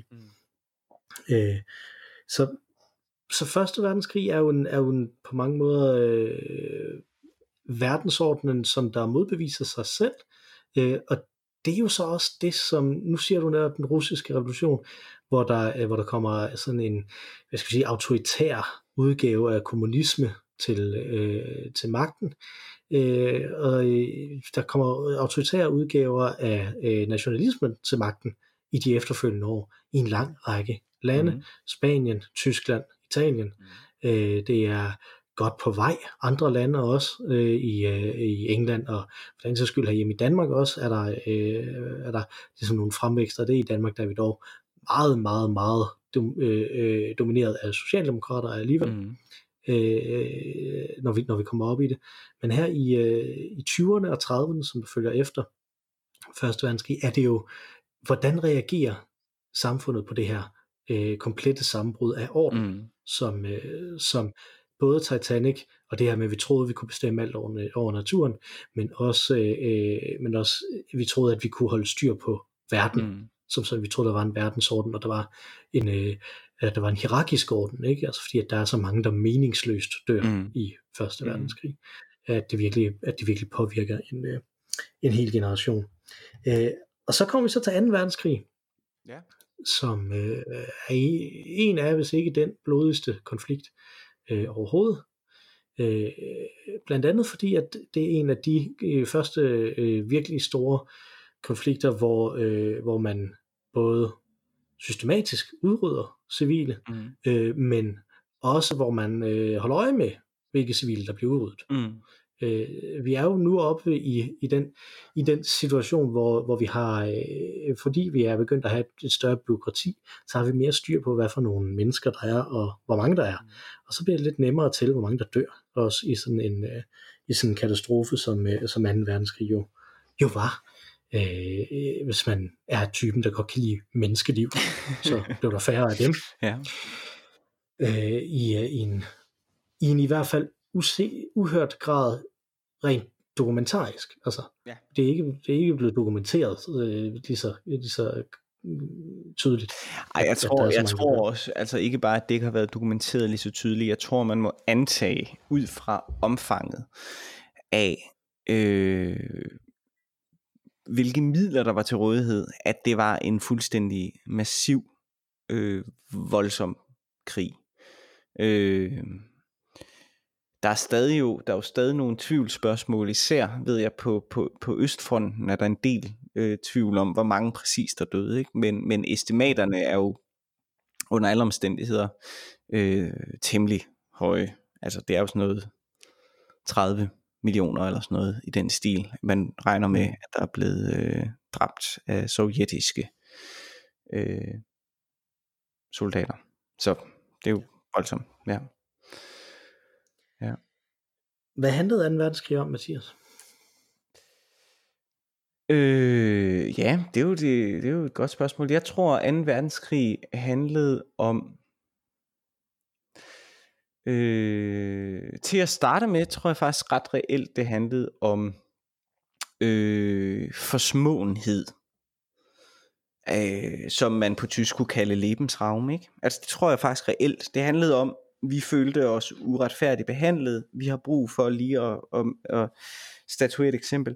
Så Første Verdenskrig er jo på mange måder verdensordenen, som der modbeviser sig selv, og det er jo så også det, som, nu siger du netop den russiske revolution, hvor der kommer sådan en, hvad skal vi sige, autoritær udgave af kommunisme til magten, og der kommer autoritære udgaver af nationalismen til magten i de efterfølgende år, i en lang række lande, Spanien, Tyskland, Italien, det er godt på vej, andre lande også, i England, og for den sags skyld herhjemme i Danmark også, er der ligesom nogle fremvækster. Det i Danmark, der er vi dog meget, meget, meget domineret af socialdemokrater alligevel, når vi kommer op i det. Men her i 20'erne og 30'erne, som følger efter Første Verdenskrig, er det jo, hvordan reagerer samfundet på det her komplette sammenbrud af orden, som både Titanic og det her med, at vi troede, vi kunne bestemme alt over naturen, men også vi troede, at vi kunne holde styr på verden, som vi troede, der var en verdensorden, og der var en hierarkisk orden, ikke? Altså fordi, at der er så mange, der meningsløst dør i Første Verdenskrig, at det virkelig påvirker en hel generation. Og så kommer vi så til 2. verdenskrig, som er en af, hvis ikke den blodigste konflikt overhovedet. Blandt andet fordi, at det er en af de første virkelig store konflikter, hvor man både systematisk udrydder civile, men også hvor man holder øje med, hvilke civile der bliver udryddet. Vi er jo nu oppe i den situation, hvor vi har, fordi vi er begyndt at have et større bureaukrati, så har vi mere styr på, hvad for nogle mennesker der er, og hvor mange der er. Og så bliver det lidt nemmere til, hvor mange der dør, også i sådan en katastrofe, som 2. verdenskrig jo var. Hvis man er typen, der godt kan lide menneskeliv, så blev der færre af dem. I en i hvert fald uhørt grad rent dokumentarisk. Altså, det er ikke blevet dokumenteret lige så tydeligt. Jeg tror også, altså ikke bare, at det ikke har været dokumenteret lige så tydeligt. Jeg tror, man må antage ud fra omfanget af hvilke midler der var til rådighed, at det var en fuldstændig massiv, voldsom krig. Der er jo stadig nogle tvivlsspørgsmål, især ved jeg på Østfronten er der en del tvivl om, hvor mange præcis der døde, ikke? Men estimaterne er jo under alle omstændigheder temmelig høje. Altså det er jo sådan noget 30 millioner eller sådan noget i den stil. Man regner med, at der er blevet dræbt af sovjetiske soldater. Så det er jo voldsomt, ja. Hvad handlede 2. verdenskrig om, Mathias? Ja, det er jo et godt spørgsmål. Jeg tror, 2. verdenskrig handlede om til at starte med, tror jeg faktisk ret reelt, det handlede om forsmåenhed. som man på tysk kunne kalde Lebensraum, ikke? Altså det tror jeg faktisk reelt. Det handlede om, vi følte os uretfærdigt behandlet. Vi har brug for lige at statuere et eksempel.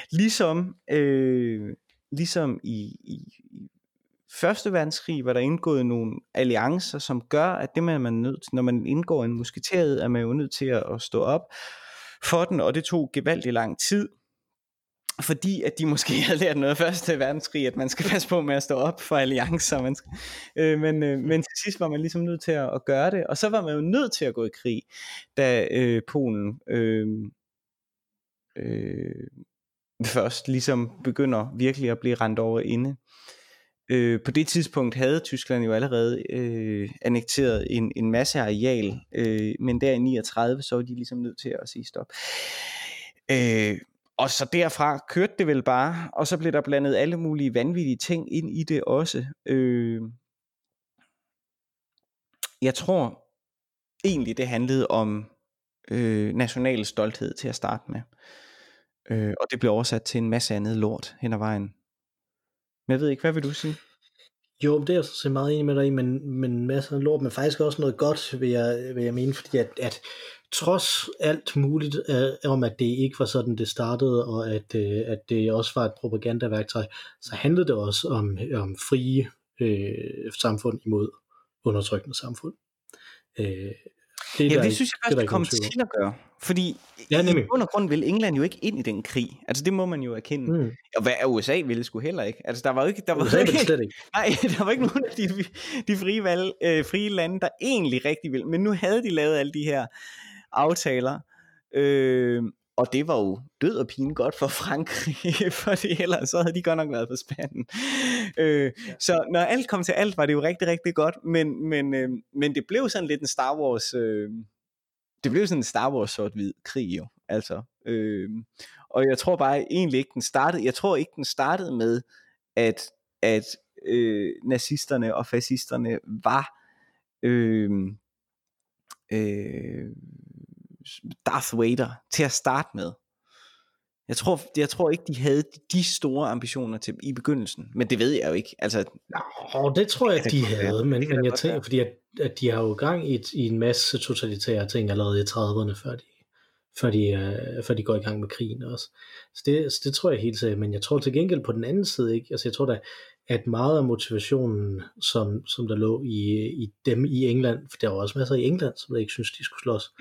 Ligesom i Første verdenskrig var der indgået nogle alliancer, som gør, at det man er nødt til, når man indgår en musketeret, er man jo nødt til at stå op for den, og det tog gevaldigt lang tid, fordi at de måske havde lært noget af Første verdenskrig, at man skal passe på med at stå op for alliancer, men til sidst var man ligesom nødt til at gøre det, og så var man jo nødt til at gå i krig, da Polen først ligesom begynder virkelig at blive rendt over inde. På det tidspunkt havde Tyskland jo allerede annekteret en masse areal, men der i 39 så var de ligesom nødt til at sige stop. Og så derfra kørte det vel bare, og så blev der blandet alle mulige vanvittige ting ind i det også. Jeg tror egentlig det handlede om national stolthed til at starte med, og det blev oversat til en masse andet lort hen ad vejen. Men jeg ved ikke, hvad vil du sige? Jo, det er jeg så meget enig med dig i, men masser af lort, men faktisk også noget godt, vil jeg mene, fordi at trods alt muligt om, at det ikke var sådan, det startede, og at det også var et propagandaværktøj, så handlede det også om frie samfund imod undertrykkende samfund. Det synes jeg faktisk kommer til at gøre, fordi i bund og grund ville England jo ikke ind i den krig, altså det må man jo erkende, og hvad USA ville sgu heller ikke, altså der var ikke nogen af de frie lande, der egentlig rigtig ville, men nu havde de lavet alle de her aftaler, og det var jo død og pine godt for Frankrig, fordi ellers så havde de godt nok været på spanden. Så når alt kom til alt, var det jo rigtig, rigtig godt, men det blev sådan lidt en Star Wars, det blev sådan en Star Wars sort-hvid krig jo, altså. Og jeg tror bare egentlig ikke den startede med, at nazisterne og fascisterne var Darth Vader til at starte med. Jeg tror ikke de havde de store ambitioner i begyndelsen, men det ved jeg jo ikke. Altså, det tror jeg de havde, men jeg tænker, fordi at de har jo gang i en masse totalitære ting allerede i 30'erne, før de går i gang med krigen også. Så det tror jeg helt sikkert, men jeg tror til gengæld på den anden side ikke. Altså jeg tror da, at meget af motivationen, som der lå i dem i England, for der var også masser i England, som der ikke synes, de skulle slås,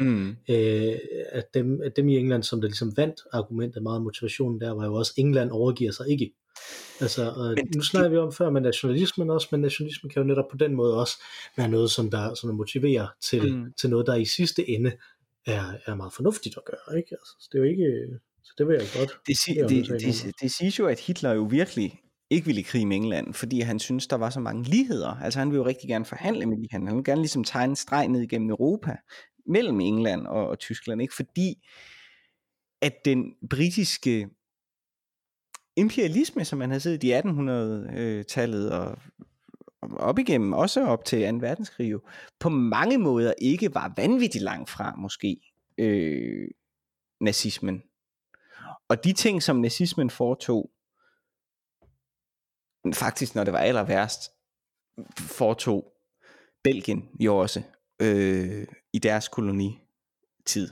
at dem i England, som der ligesom vandt argumentet, meget af motivationen der, var jo også, England overgiver sig ikke. Altså, nu snakker vi om før med nationalismen også, men nationalismen kan jo netop på den måde også være noget, som der motiverer til noget, der i sidste ende er meget fornuftigt at gøre, ikke? Altså, så det er jo ikke, så det vil jeg godt. Det siges jo, at Hitler jo virkelig ikke ville i krig med England, fordi han synes der var så mange ligheder. Altså han ville jo rigtig gerne forhandle med han ville gerne ligesom tegne en streg ned igennem Europa, mellem England og Tyskland, ikke? Fordi at den britiske imperialisme, som man havde set i 1800-tallet og op igennem, også op til 2. verdenskrig, jo, på mange måder ikke var vanvittigt langt fra måske nazismen. Og de ting, som nazismen foretog, faktisk når det var aller værst, foretog Belgien jo også i deres kolonitid.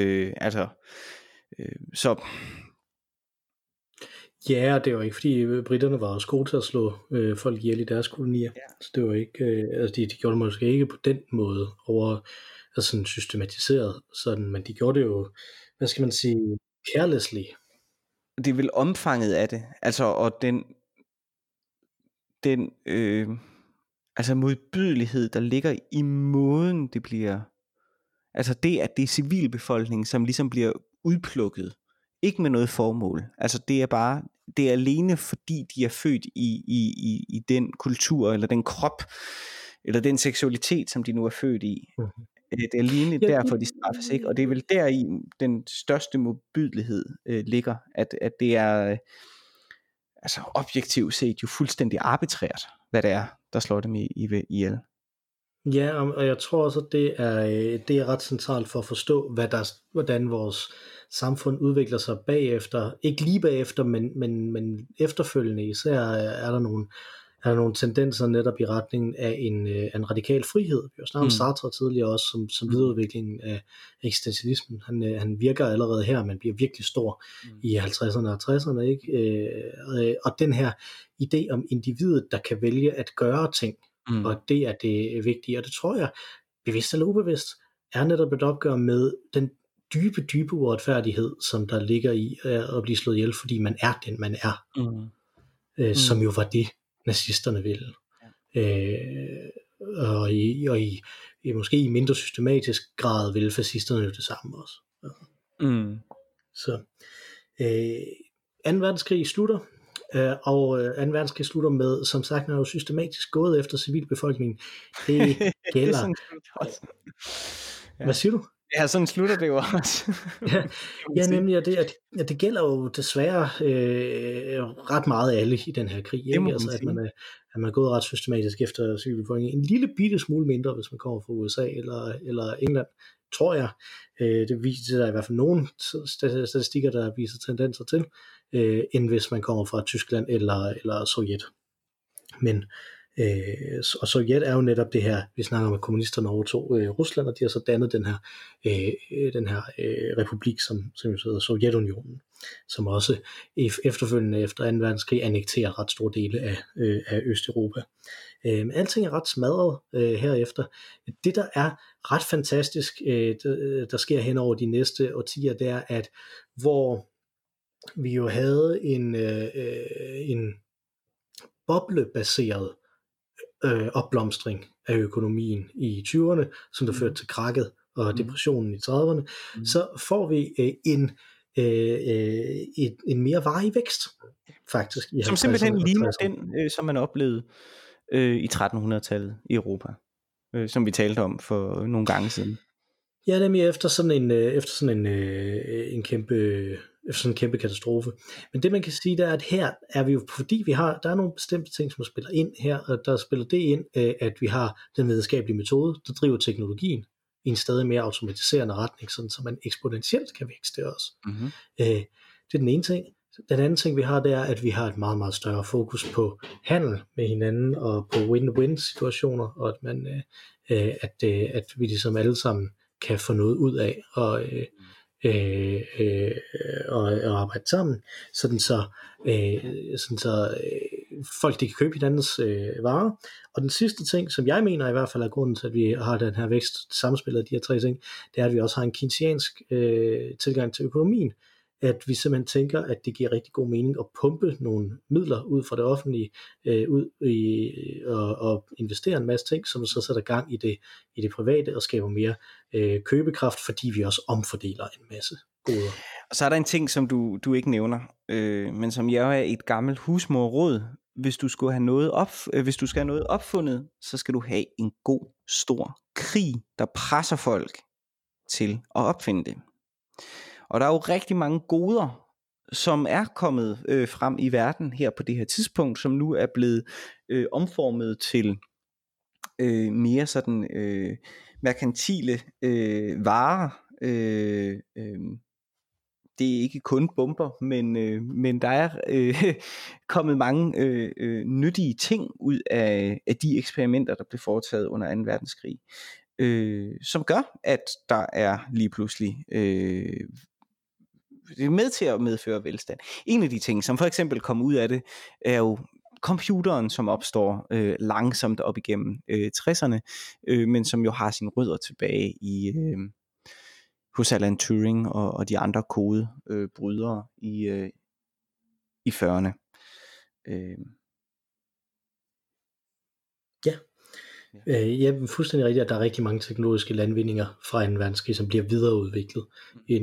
Så ja, det var ikke fordi britterne var også gode til at slå folk ihjel i deres kolonier. Ja. Så det var ikke, altså de gjorde det måske ikke på den måde altså sådan systematiseret sådan, men de gjorde det jo, hvad skal man sige, carelessly. Det er vel omfanget af det, altså og den altså modbydelighed, der ligger i måden det bliver, altså det at det er civilbefolkningen, som ligesom bliver udplukket, ikke med noget formål, altså det er alene fordi de er født i den kultur, eller den krop, eller den seksualitet, som de nu er født i. Det er alene derfor de straffes ikke, og det er vel der i den største modbydelighed ligger, at det er altså objektivt set jo fuldstændig arbitrært, hvad det er, der slår dem ihjel. Ja, og jeg tror også, at det er ret centralt for at forstå, hvordan vores samfund udvikler sig bagefter. Ikke lige bagefter, men efterfølgende især er der nogle er der nogle tendenser netop i retningen af en radikal frihed. Vi har snakket om Sartre tidligere også, som videreudviklingen af eksistentialismen. Han virker allerede her, men bliver virkelig stor i 50'erne og 60'erne, ikke? Og den her idé om individet, der kan vælge at gøre ting, og det er det vigtige, og det tror jeg, bevidst eller ubevidst, er netop et opgør med den dybe uretfærdighed, som der ligger i at blive slået ihjel, fordi man er den, man er. Som jo var det, nazisterne ville. Og i måske i mindre systematisk grad ville fascisterne jo det samme også. Så 2. verdenskrig slutter, og 2. verdenskrig slutter med, som sagt, man er jo systematisk gået efter civilbefolkningen. Det gælder. Hvad siger du? Ja, sådan slutter det jo også. ja, nemlig, at det gælder jo desværre ret meget alle i den her krig. Ikke? Altså, at man er gået ret systematisk efter civilbefolkningen. En lille bitte smule mindre, hvis man kommer fra USA eller England, tror jeg. Det viser der i hvert fald nogle statistikker, der viser tendenser til, end hvis man kommer fra Tyskland eller Sovjet. Men og Sovjet er jo netop det her, vi snakker om, at kommunisterne overtog Rusland, og de har så dannet den her republik, som hedder Sovjetunionen, som også efterfølgende efter 2. verdenskrig annekterer ret store dele af Østeuropa. Alting er ret smadret herefter. Det, der er ret fantastisk, der sker hen over de næste årtier, det er, at hvor vi jo havde en boblebaseret opblomstring af økonomien i 20'erne, som der førte til krakket og depressionen i 30'erne, så får vi en mere varig vækst, faktisk. Som simpelthen ligner den, som man oplevede i 1300-tallet i Europa, som vi talte om for nogle gange siden. Ja, nemlig efter sådan en kæmpe katastrofe. Men det man kan sige, det er, at her er vi jo, fordi der er nogle bestemte ting, som spiller ind her, og der spiller det ind, at vi har den videnskabelige metode, der driver teknologien i en stadig mere automatiserende retning, sådan så man eksponentielt kan vækste også. Det er den ene ting. Den anden ting, vi har, det er, at vi har et meget, meget større fokus på handel med hinanden og på win-win situationer, og at at vi ligesom alle sammen kan få noget ud af og arbejde sammen, sådan så folk de kan købe hinandens varer. Og den sidste ting, som jeg mener i hvert fald er grunden til, at vi har den her vækst, samspillet af de her 3 ting, det er, at vi også har en keynesiansk tilgang til økonomien, at vi simpelthen tænker, at det giver rigtig god mening at pumpe nogle midler ud fra det offentlige og investere en masse ting, som så sætter gang i det private og skaber mere købekraft, fordi vi også omfordeler en masse goder. Og så er der en ting, som du ikke nævner, men som jeg er et gammelt husmorråd. Hvis du skal have noget opfundet, så skal du have en god, stor krig, der presser folk til at opfinde det. Og der er jo rigtig mange goder, som er kommet frem i verden her på det her tidspunkt, som nu er blevet omformet til mere sådan merkantile varer. Det er ikke kun bomber, men der er kommet mange nyttige ting ud af de eksperimenter, der blev foretaget under 2. verdenskrig, som gør, at der er lige pludselig det er med til at medføre velstand. En af de ting, som for eksempel kommer ud af det, er jo computeren, som opstår langsomt op igennem 60'erne, men som jo har sine rødder tilbage hos Alan Turing og de andre kodebrydere i 40'erne. Ja, fuldstændig rigtigt, at der er rigtig mange teknologiske landvindinger fra 2. verdenskrig, som bliver videreudviklet ind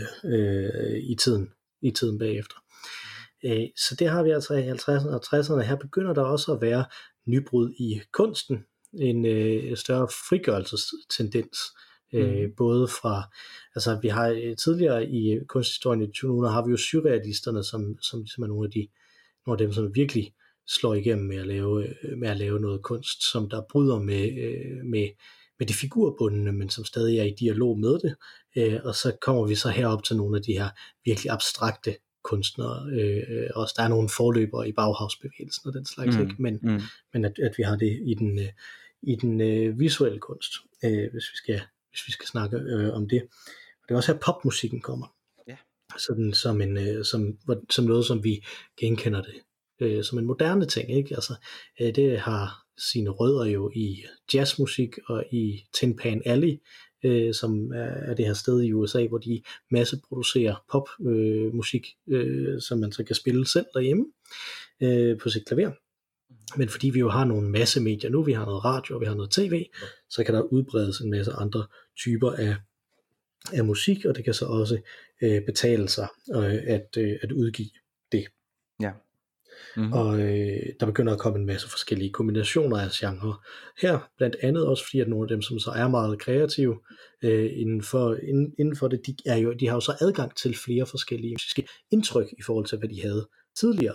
i tiden bagefter. Så det har vi altså i 50'erne og 60'erne. Her begynder der også at være nybrud i kunsten, en større frigørelsestendens, både fra, altså vi har tidligere i kunsthistorien i 2000'erne, har vi jo surrealisterne, som er nogle af dem, som virkelig slår igennem med at lave noget kunst, som der bryder med det figurbundne, men som stadig er i dialog med det. Og så kommer vi så herop til nogle af de her virkelig abstrakte kunstnere. Også der er nogle forløbere i Bauhausbevægelsen og den slags, ikke? Men at vi har det i den visuelle kunst, hvis vi skal snakke om det. Og det er også her popmusikken kommer. Ja. Sådan som noget, som vi genkender det som en moderne ting, ikke? Altså, det har sine rødder jo i jazzmusik og i Tin Pan Alley, som er det her sted i USA, hvor de masseproducerer popmusik, som man så kan spille selv derhjemme på sit klaver. Men fordi vi jo har nogle masse medier nu, vi har noget radio og vi har noget tv, så kan der udbredes en masse andre typer af musik, og det kan så også betale sig at udgive det. Ja. Og der begynder at komme en masse forskellige kombinationer af genrer. Her blandt andet også fordi, at nogle af dem, som så er meget kreative inden for det, de har jo så adgang til flere forskellige musiske indtryk i forhold til, hvad de havde tidligere.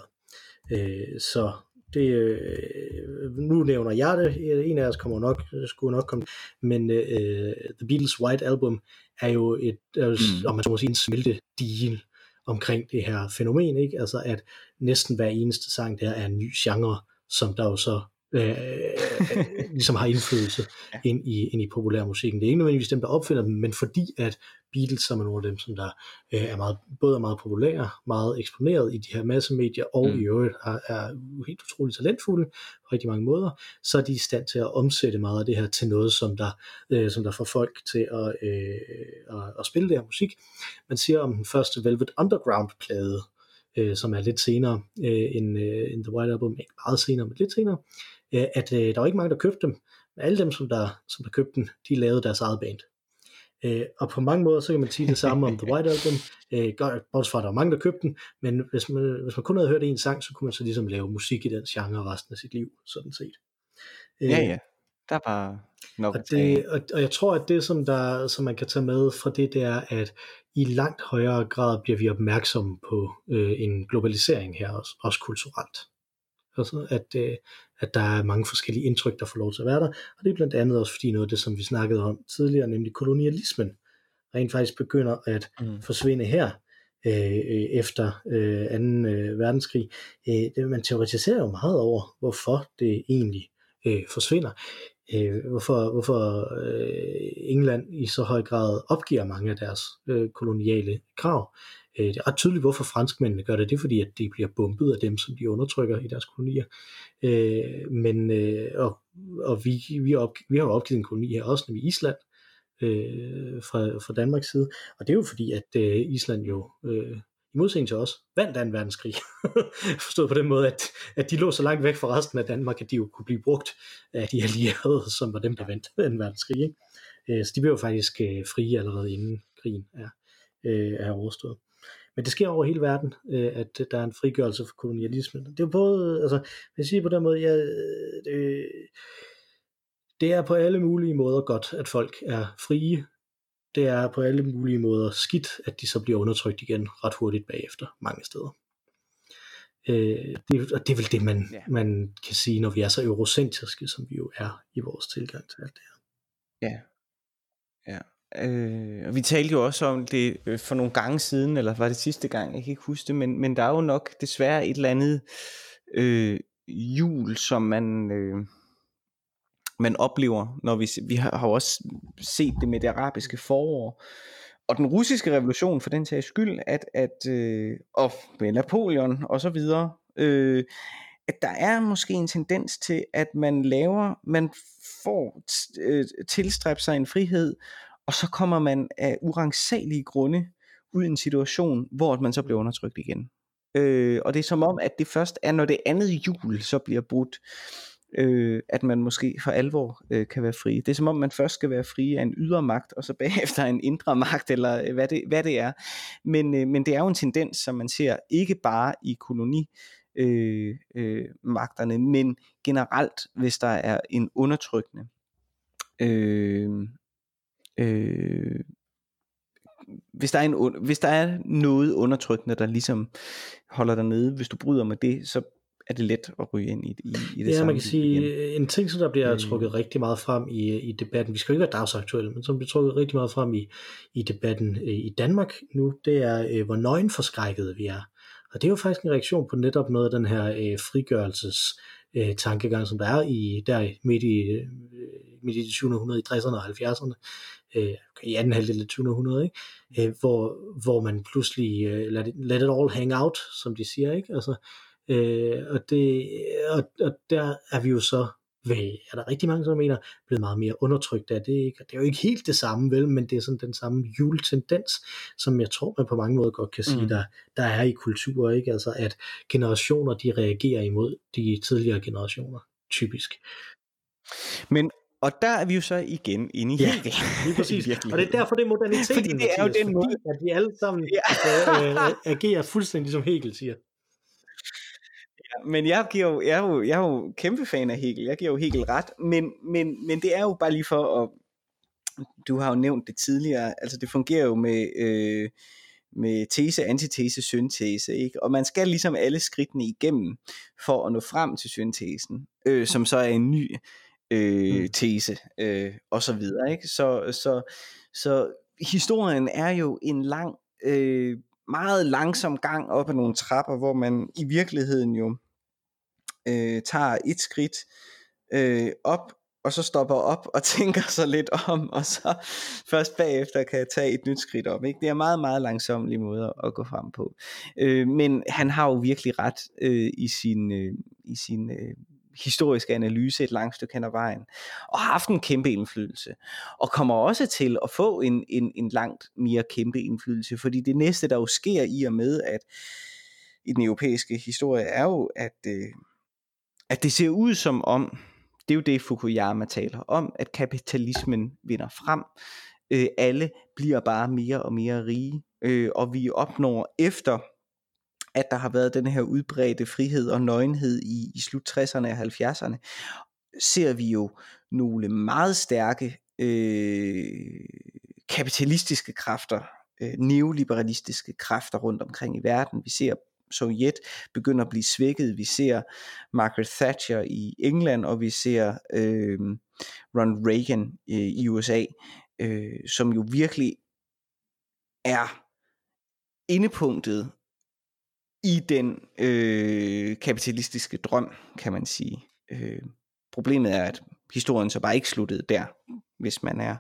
Så det, nu nævner jeg det, en af os skulle nok komme, men The Beatles' White Album er jo om man så må sige, en smeltedigel omkring det her fænomen, ikke? Altså at næsten hver eneste sang der er en ny genre, som der jo så ligesom har indflydelse ind i populærmusikken. Det er ikke nødvendigvis dem, der opfinder dem, men fordi at Beatles, som er nogle af dem, som der både er meget populære, meget eksponeret i de her massemedier, og i øvrigt er helt utroligt talentfulde på rigtig mange måder, så er de i stand til at omsætte meget af det her til noget, som der får folk til at spille det her musik. Man siger om den første Velvet Underground-plade, som er lidt senere end The White Album, ikke meget senere, men lidt senere, at der var ikke mange, der købte dem. Men alle dem, som der købte dem, de lavede deres eget band. Og på mange måder, så kan man sige det samme om The White Album. Bortset fra, at der var mange, der købte den, men hvis man kun havde hørt en sang, så kunne man så ligesom lave musik i den genre resten af sit liv, sådan set. Ja. Der var nok og jeg tror, at det, som man kan tage med fra det er, at i langt højere grad bliver vi opmærksomme på en globalisering her, også kulturelt. Altså, at der er mange forskellige indtryk, der får lov til at være der, og det er blandt andet også fordi noget af det, som vi snakkede om tidligere, nemlig kolonialismen, rent faktisk begynder at forsvinde her efter 2. verdenskrig. Man teoretiserer jo meget over, hvorfor det egentlig forsvinder. Hvorfor England i så høj grad opgiver mange af deres koloniale krav. Det er ret tydeligt, hvorfor franskmændene gør det. Det er fordi, at de bliver bombet af dem, som de undertrykker i deres kolonier. Og vi har jo opgivet en koloni her også, nemlig Island, fra Danmarks side. Og det er jo fordi, at Island jo i modsætning til os vandt 2. verdenskrig. Forstået på den måde, at de lå så langt væk fra resten af Danmark, at de jo kunne blive brugt af de allierede, som var dem, der vandt 2. verdenskrig. Ikke? Så de blev jo faktisk frie allerede inden krigen er overstået. Men det sker over hele verden, at der er en frigørelse for kolonialismen. Det er både, altså, jeg siger på den måde, det er på alle mulige måder godt, at folk er frie. Det er på alle mulige måder skidt, at de så bliver undertrykt igen ret hurtigt bagefter, mange steder. Og det er vel det, man kan sige, når vi er så eurocentriske, som vi jo er i vores tilgang til alt det her. Ja. Og vi talte jo også om det for nogle gange siden, eller var det sidste gang, jeg kan ikke huske det, men der er jo nok desværre et eller andet jul, som man oplever, når vi har også set det med det arabiske forår, og den russiske revolution for den sags skyld, og med Napoleon og så videre, at der er måske en tendens til, at man får tilstræbt sig en frihed, og så kommer man af uransagelige grunde ud i en situation, hvor man så bliver undertrykt igen. Og det er som om, at det først er, når det andet jul så bliver brudt, at man måske for alvor kan være fri. Det er som om, man først skal være fri af en ydre magt, og så bagefter en indre magt, eller hvad det er. Men det er jo en tendens, som man ser ikke bare i kolonimagterne, men generelt, hvis der er en undertrykkende hvis der er noget undertrykkende, der ligesom holder dig nede, hvis du bryder med det, så er det let at ryge ind i det samme. Ja, man kan sige, en ting, som der bliver trukket rigtig meget frem i debatten, vi skal jo ikke være dagsaktuelle, men som bliver trukket rigtig meget frem i debatten i Danmark nu, det er, hvor nøgenforskrækkede vi er. Og det er jo faktisk en reaktion på netop noget af den her frigørelses tankegang, som der er midt i det 20. århundrede, i 60'erne og 70'erne, i anden halvdel af 20. århundrede, ikke? Hvor man pludselig let it all hang out, som de siger, ikke? Altså, og der er vi jo så er der rigtig mange, som mener, blevet meget mere undertrykt af det, ikke? Og det er jo ikke helt det samme, vel, men det er sådan den samme juletendens, som jeg tror, man på mange måder godt kan sige, der er i kultur, ikke? Altså, at generationer, de reagerer imod de tidligere generationer, typisk. Men og der er vi jo så igen inde i Hegel. Lige præcis. Og det er derfor, det er moderniteten, fordi det er jo den måde, at vi alle sammen agerer fuldstændig, som Hegel siger. Ja, men jeg er jo kæmpe fan af Hegel. Jeg giver jo Hegel ret, men det er jo bare lige for at, du har jo nævnt det tidligere, altså det fungerer jo med tese, antitese, syntese, ikke? Og man skal ligesom alle skridtene igennem for at nå frem til syntesen, som så er en ny tese, og så videre, ikke? Så historien er jo en lang, meget langsom gang op ad nogle trapper, hvor man i virkeligheden jo tager et skridt op, og så stopper op og tænker sig lidt om, og så først bagefter kan tage et nyt skridt op, ikke? Det er meget, meget langsomlige måder at gå frem på. Men han har jo virkelig ret i sin historiske analyse et langt stykke hen ad vejen, og har haft en kæmpe indflydelse, og kommer også til at få en langt mere kæmpe indflydelse, fordi det næste, der jo sker i og med, at i den europæiske historie, er jo, at det ser ud som om, det er jo det Fukuyama taler om, at kapitalismen vinder frem, alle bliver bare mere og mere rige, og vi opnår efter, at der har været den her udbredte frihed og nøgenhed i slut 60'erne og 70'erne, ser vi jo nogle meget stærke kapitalistiske kræfter, neoliberalistiske kræfter rundt omkring i verden. Vi ser Sovjet begynder at blive svækket, vi ser Margaret Thatcher i England, og vi ser Ronald Reagan i USA, som jo virkelig er endepunktet i den kapitalistiske drøm, kan man sige. Problemet er, at historien så bare ikke sluttede der, hvis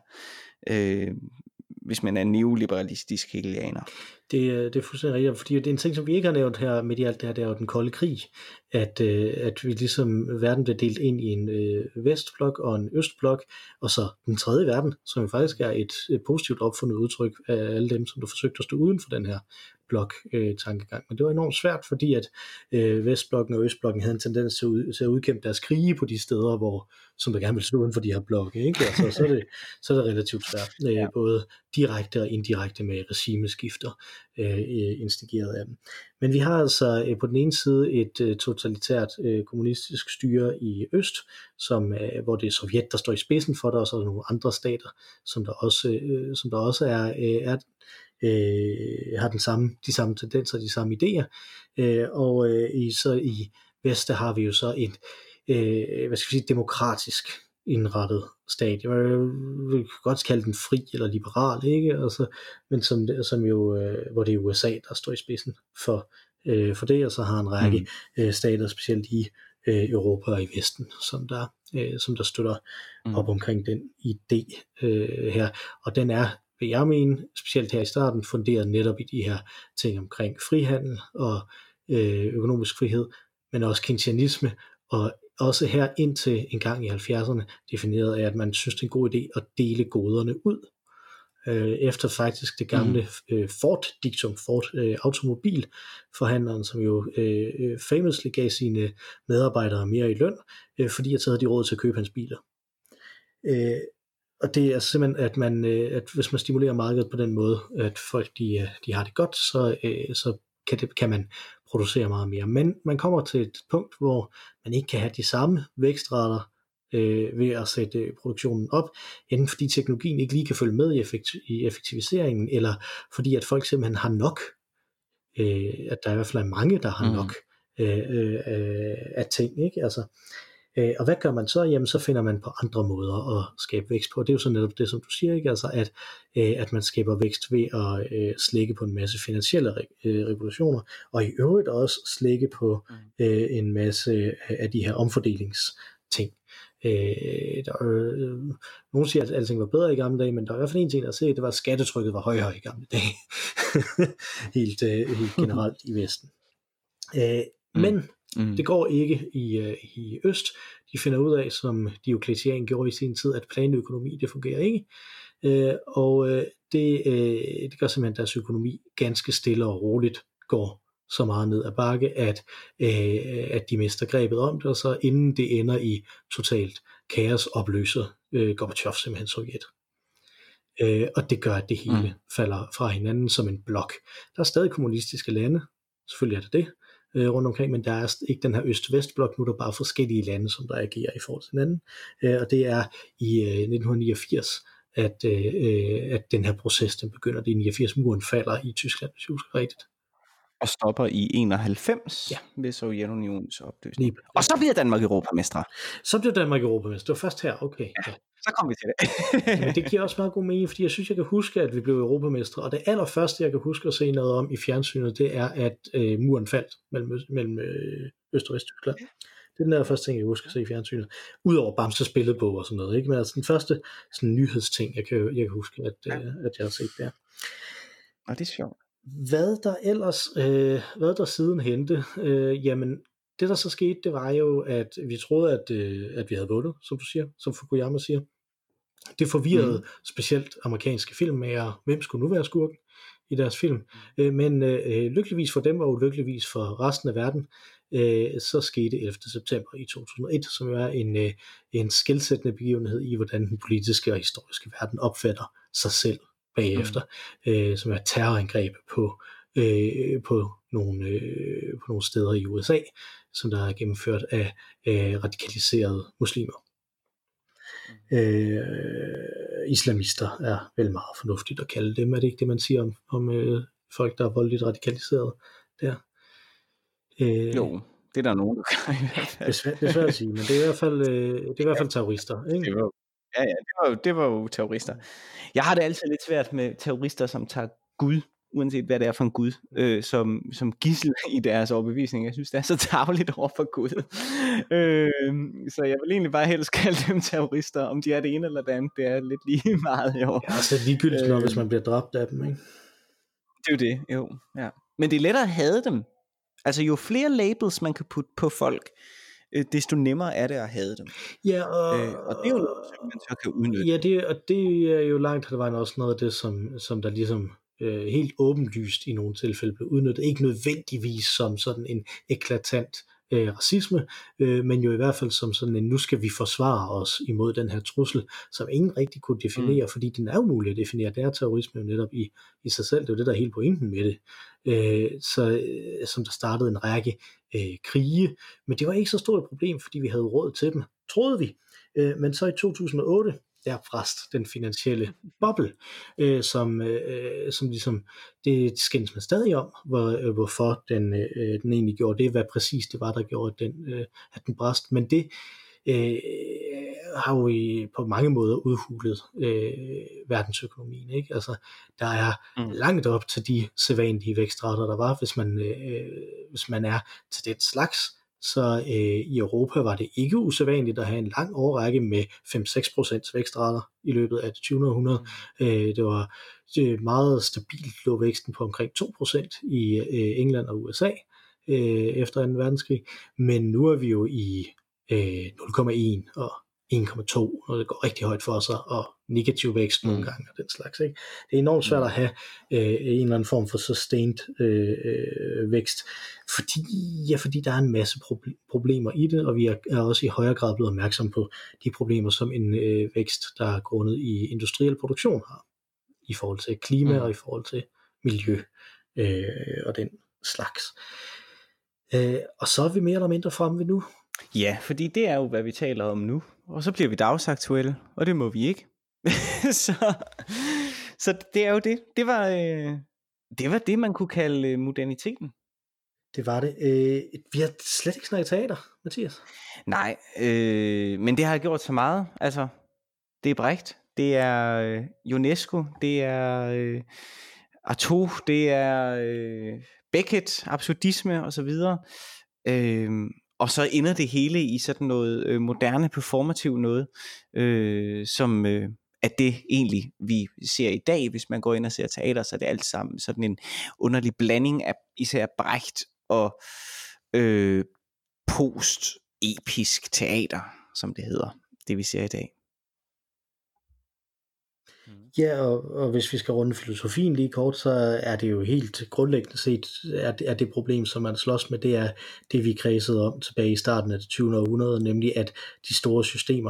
man er neoliberalistisk hegelianer. Det er fuldstændig rigtigt, fordi det er en ting, som vi ikke har nævnt her midt i alt det her, det er jo den kolde krig, at vi ligesom, verden bliver delt ind i en vestblok og en østblok, og så den tredje verden, som jo faktisk er et positivt opfundet udtryk af alle dem, som der forsøgte at stå uden for den her blok-tankegang. Men det var enormt svært, fordi at vestblokken og østblokken havde en tendens til at udkæmpe deres krige på de steder, som der gerne vil stå uden for de her blokke, ikke? Altså, så er det relativt svært, både direkte og indirekte med regimeskifter instigeret af dem. Men vi har altså på den ene side et totalitært kommunistisk styre i øst, hvor det er Sovjet, der står i spidsen for det, og så er der nogle andre stater, som der også har de samme tendenser, de samme idéer, og i vest der har vi jo så et demokratisk indrettet stat. Jeg vil godt kalde den fri eller liberal, ikke? Altså, men som jo, hvor det er USA, der står i spidsen for det, og så har en række stater, specielt i Europa og i Vesten, som der støtter op omkring den idé her. Og den er, vil jeg mene, specielt her i starten, funderet netop i de her ting omkring frihandel og økonomisk frihed, men også keynesianisme, og også her indtil en gang i 70'erne defineret af, at man synes, det er en god idé at dele goderne ud. Efter faktisk det gamle Ford-diktum, Ford automobilforhandleren, som jo famously gav sine medarbejdere mere i løn, fordi så havde de råd til at købe hans biler. Og det er simpelthen, at hvis man stimulerer markedet på den måde, at folk de har det godt, så kan man producere meget mere. Men man kommer til et punkt, hvor man ikke kan have de samme vækstrater ved at sætte produktionen op, enten fordi teknologien ikke lige kan følge med i effektiviseringen, eller fordi at folk simpelthen har nok, at der i hvert fald er mange, der har nok af ting, ikke? Altså, Og hvad gør man så? Jamen så finder man på andre måder at skabe vækst på. Det er jo så netop det, som du siger, ikke? Altså at man skaber vækst ved at slække på en masse finansielle regulationer, og i øvrigt også slække på en masse af de her omfordelingsting. Nogen siger, at alting var bedre i gamle dage, men der er i hvert fald en ting at se, det var, at skattetrykket var højere i gamle dage. helt generelt i Vesten. Men det går ikke i øst. De finder ud af, som Diocletian gjorde i sin tid, at planøkonomi, det fungerer ikke. Det gør simpelthen, at deres økonomi ganske stille og roligt går så meget ned ad bakke, at de mister grebet om det, og så inden det ender i totalt kaos, opløser Gorbachev simpelthen Sovjet. Og det gør, at det hele falder fra hinanden som en blok. Der er stadig kommunistiske lande, selvfølgelig er det rundt omkring, men der er ikke den her øst-vest-blok, nu er der bare forskellige lande, som der agerer i forhold til hinanden. Og det er i 1989, at den her proces, den begynder. Det er 89, muren falder i Tyskland, hvis jeg husker rigtigt. Og stopper i 91 ved Sovjetunionens opløsning. Og så bliver Danmark europamestre. Så bliver Danmark europamestre. Det var først her, okay. Ja. Så kom vi til det. Men det giver også meget god mening, fordi jeg synes, jeg kan huske, at vi blev europamestre, og det allerførste, jeg kan huske at se noget om i fjernsynet, det er, at muren faldt mellem Øst- og Vesttyskland. Det er den allerførste ting, jeg husker at se i fjernsynet. Udover Bamses billedbog og sådan noget, ikke? Men altså den første sådan nyhedsting, jeg kan huske, at jeg har set der. Og det er sjovt. Hvad der siden hente, jamen det der så skete, det var jo, at vi troede, at vi havde vundet, som du siger, som Fukuyama siger. Det forvirrede specielt amerikanske filmmagere, hvem skulle nu være skurken i deres film. Men lykkeligvis for dem, og ulykkeligvis for resten af verden, så skete 11. september i 2001, som jo er en skelsættende begivenhed i, hvordan den politiske og historiske verden opfatter sig selv bagefter, som er et terrorangreb på nogle steder i USA, som der er gennemført af radikaliserede muslimer. Islamister er vel meget fornuftigt at kalde dem, er det ikke det, man siger om folk, der er voldeligt radikaliseret der? Jo, det er der nogen, der gør i hvert fald. Det er svært at sige, men det er i hvert fald terrorister, ikke? Det var jo terrorister. Jeg har det altid lidt svært med terrorister, som tager Gud, uanset hvad det er for en Gud, som gidsel i deres overbevisning. Jeg synes, det er så tarveligt over for Gud. Så jeg vil egentlig bare helst kalde dem terrorister, om de er det ene eller det andet. Det er lidt lige meget, jo. Ja, så ligegyldigt nok, hvis man bliver dræbt af dem, ikke? Det er jo det, jo. Ja. Men det er lettere at hade dem. Altså jo flere labels man kan putte på folk, desto nemmere er det at hade dem. Ja, og det er jo noget, som man så kan udnytte. Ja, det er jo langt hen ad vejen også noget af det, som der ligesom helt åbenlyst i nogle tilfælde blev udnyttet. Ikke nødvendigvis som sådan en eklatant racisme, men jo i hvert fald som sådan en, nu skal vi forsvare os imod den her trussel, som ingen rigtig kunne definere, fordi den er umulig at definere. Det er terrorisme jo netop i sig selv. Det er jo det, der er hele pointen med det. Som der startede en række krige, men det var ikke så stort et problem, fordi vi havde råd til dem, troede vi. Men så i 2008, der brast den finansielle boble, som ligesom, det skændes man stadig om, hvorfor den egentlig gjorde det, hvad præcis det var, der gjorde, at den brast, men det har jo på mange måder udhulet verdensøkonomien, ikke? Altså, der er langt op til de sædvanlige vækstrater, der var, hvis man er til den slags. Så i Europa var det ikke usædvanligt at have en lang årrække med 5-6% vækstrater i løbet af det 20. århundrede. Det var meget stabilt, lå væksten på omkring 2% i England og USA efter 2. verdenskrig. Men nu er vi jo i 0,1 og 1,2, og det går rigtig højt for sig, og negativ vækst nogle gange og den slags. Ikke? Det er enormt svært at have en eller anden form for sustained vækst, fordi der er en masse problemer i det, og vi er også i højere grad blevet opmærksom på de problemer, som en vækst, der er grundet i industriel produktion har, i forhold til klima og i forhold til miljø og den slags. Og så er vi mere eller mindre fremme ved nu. Ja, fordi det er jo, hvad vi taler om nu. Og så bliver vi dagsaktuelle, og det må vi ikke. så det er jo det. Det var det, man kunne kalde moderniteten. Det var det. Vi har slet ikke snakket teater, Mathias. Nej, men det har gjort så meget. Altså, det er Brecht, det er UNESCO, det er Artaud, det er Beckett, absurdisme osv. Og så ender det hele i sådan noget moderne performativ noget, som er det egentlig vi ser i dag. Hvis man går ind og ser teater, så er det alt sammen sådan en underlig blanding af især Brecht og post-episk teater, som det hedder, det vi ser i dag. Ja, og hvis vi skal runde filosofien lige kort, så er det jo helt grundlæggende set, er det problem, som man slås med, det er det, vi kredsede om tilbage i starten af det 20. århundrede, nemlig at de store systemer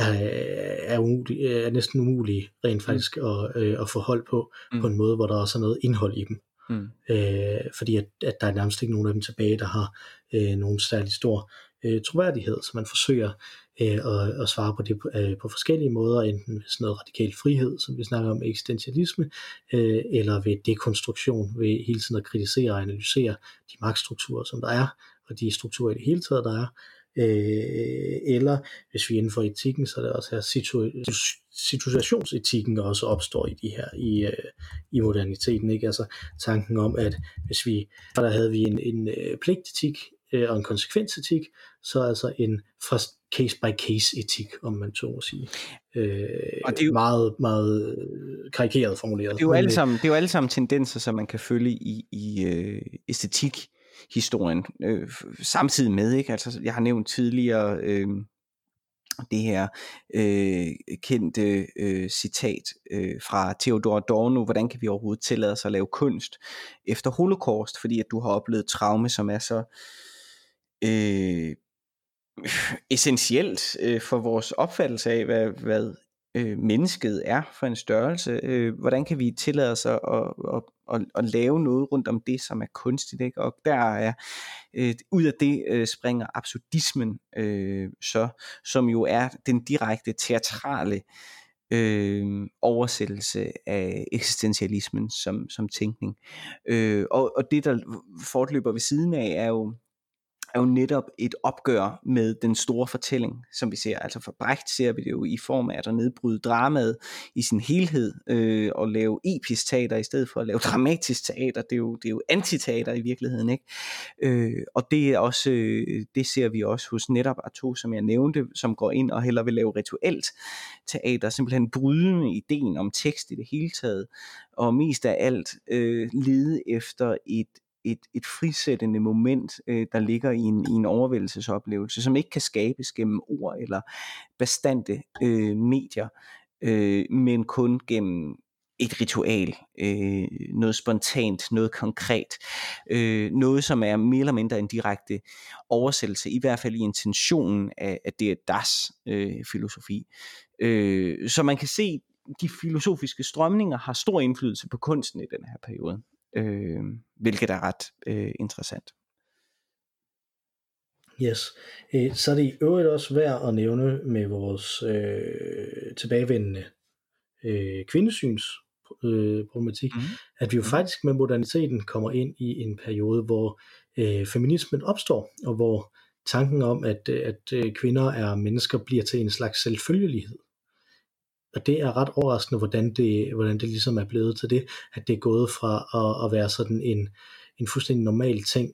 er næsten umulige rent faktisk at få hold på en måde, hvor der også er noget indhold i dem. Fordi at der er nærmest ikke nogen af dem tilbage, der har nogen særlig stor troværdighed, så man forsøger at svare på det på forskellige måder, enten ved sådan noget radikal frihed, som vi snakker om eksistentialisme, eller ved dekonstruktion, ved hele tiden at kritisere og analysere de magtstrukturer, som der er, og de strukturer i det hele taget, der er. Eller hvis vi inden for etikken, så er det også her situationsetikken også opstår i de her i moderniteten, ikke? Altså tanken om, at hvis vi der havde vi en pligtetik og en konsekvensetik, så altså en fra case by case etik, om man så må sige. Og det er jo meget meget karikeret formuleret. Det er jo alle sammen tendenser, som man kan følge i æstetik historien samtidig med, ikke? Altså jeg har nævnt tidligere det her kendte citat fra Theodor Adorno: hvordan kan vi overhovedet tillade os at lave kunst efter holocaust, fordi at du har oplevet traume, som er så essentielt for vores opfattelse af hvad mennesket er for en størrelse. Hvordan kan vi tillade os at lave noget rundt om det, som er kunstigt, ikke? Og der er ud af det springer absurdismen som jo er den direkte teatrale oversættelse af eksistentialismen som tænkning. Og det der fortløber ved siden af er jo netop et opgør med den store fortælling, som vi ser. Altså for Brecht ser vi det jo i form af at nedbryde dramaet i sin helhed, og lave episk teater i stedet for at lave dramatisk teater. Det er jo antiteater i virkeligheden, ikke? Og det er også det ser vi også hos netop Artaud, som jeg nævnte, som går ind og hellere vil lave rituelt teater, simpelthen bryde ideen om tekst i det hele taget, og mest af alt lede efter et frisættende moment, der ligger i en overvældelsesoplevelse, som ikke kan skabes gennem ord eller bastante medier, men kun gennem et ritual, noget spontant, noget konkret, noget som er mere eller mindre en direkte oversættelse, i hvert fald i intentionen af Derridas filosofi. Så man kan se, de filosofiske strømninger har stor indflydelse på kunsten i den her periode. Hvilket er ret interessant. Yes. Så er det i øvrigt også værd at nævne med vores tilbagevendende kvindesyns problematik, at vi jo faktisk med moderniteten kommer ind i en periode, hvor feminismen opstår, og hvor tanken om, at kvinder er mennesker, bliver til en slags selvfølgelighed. Og det er ret overraskende, hvordan det ligesom er blevet til det, at det er gået fra at være sådan en fuldstændig normal ting,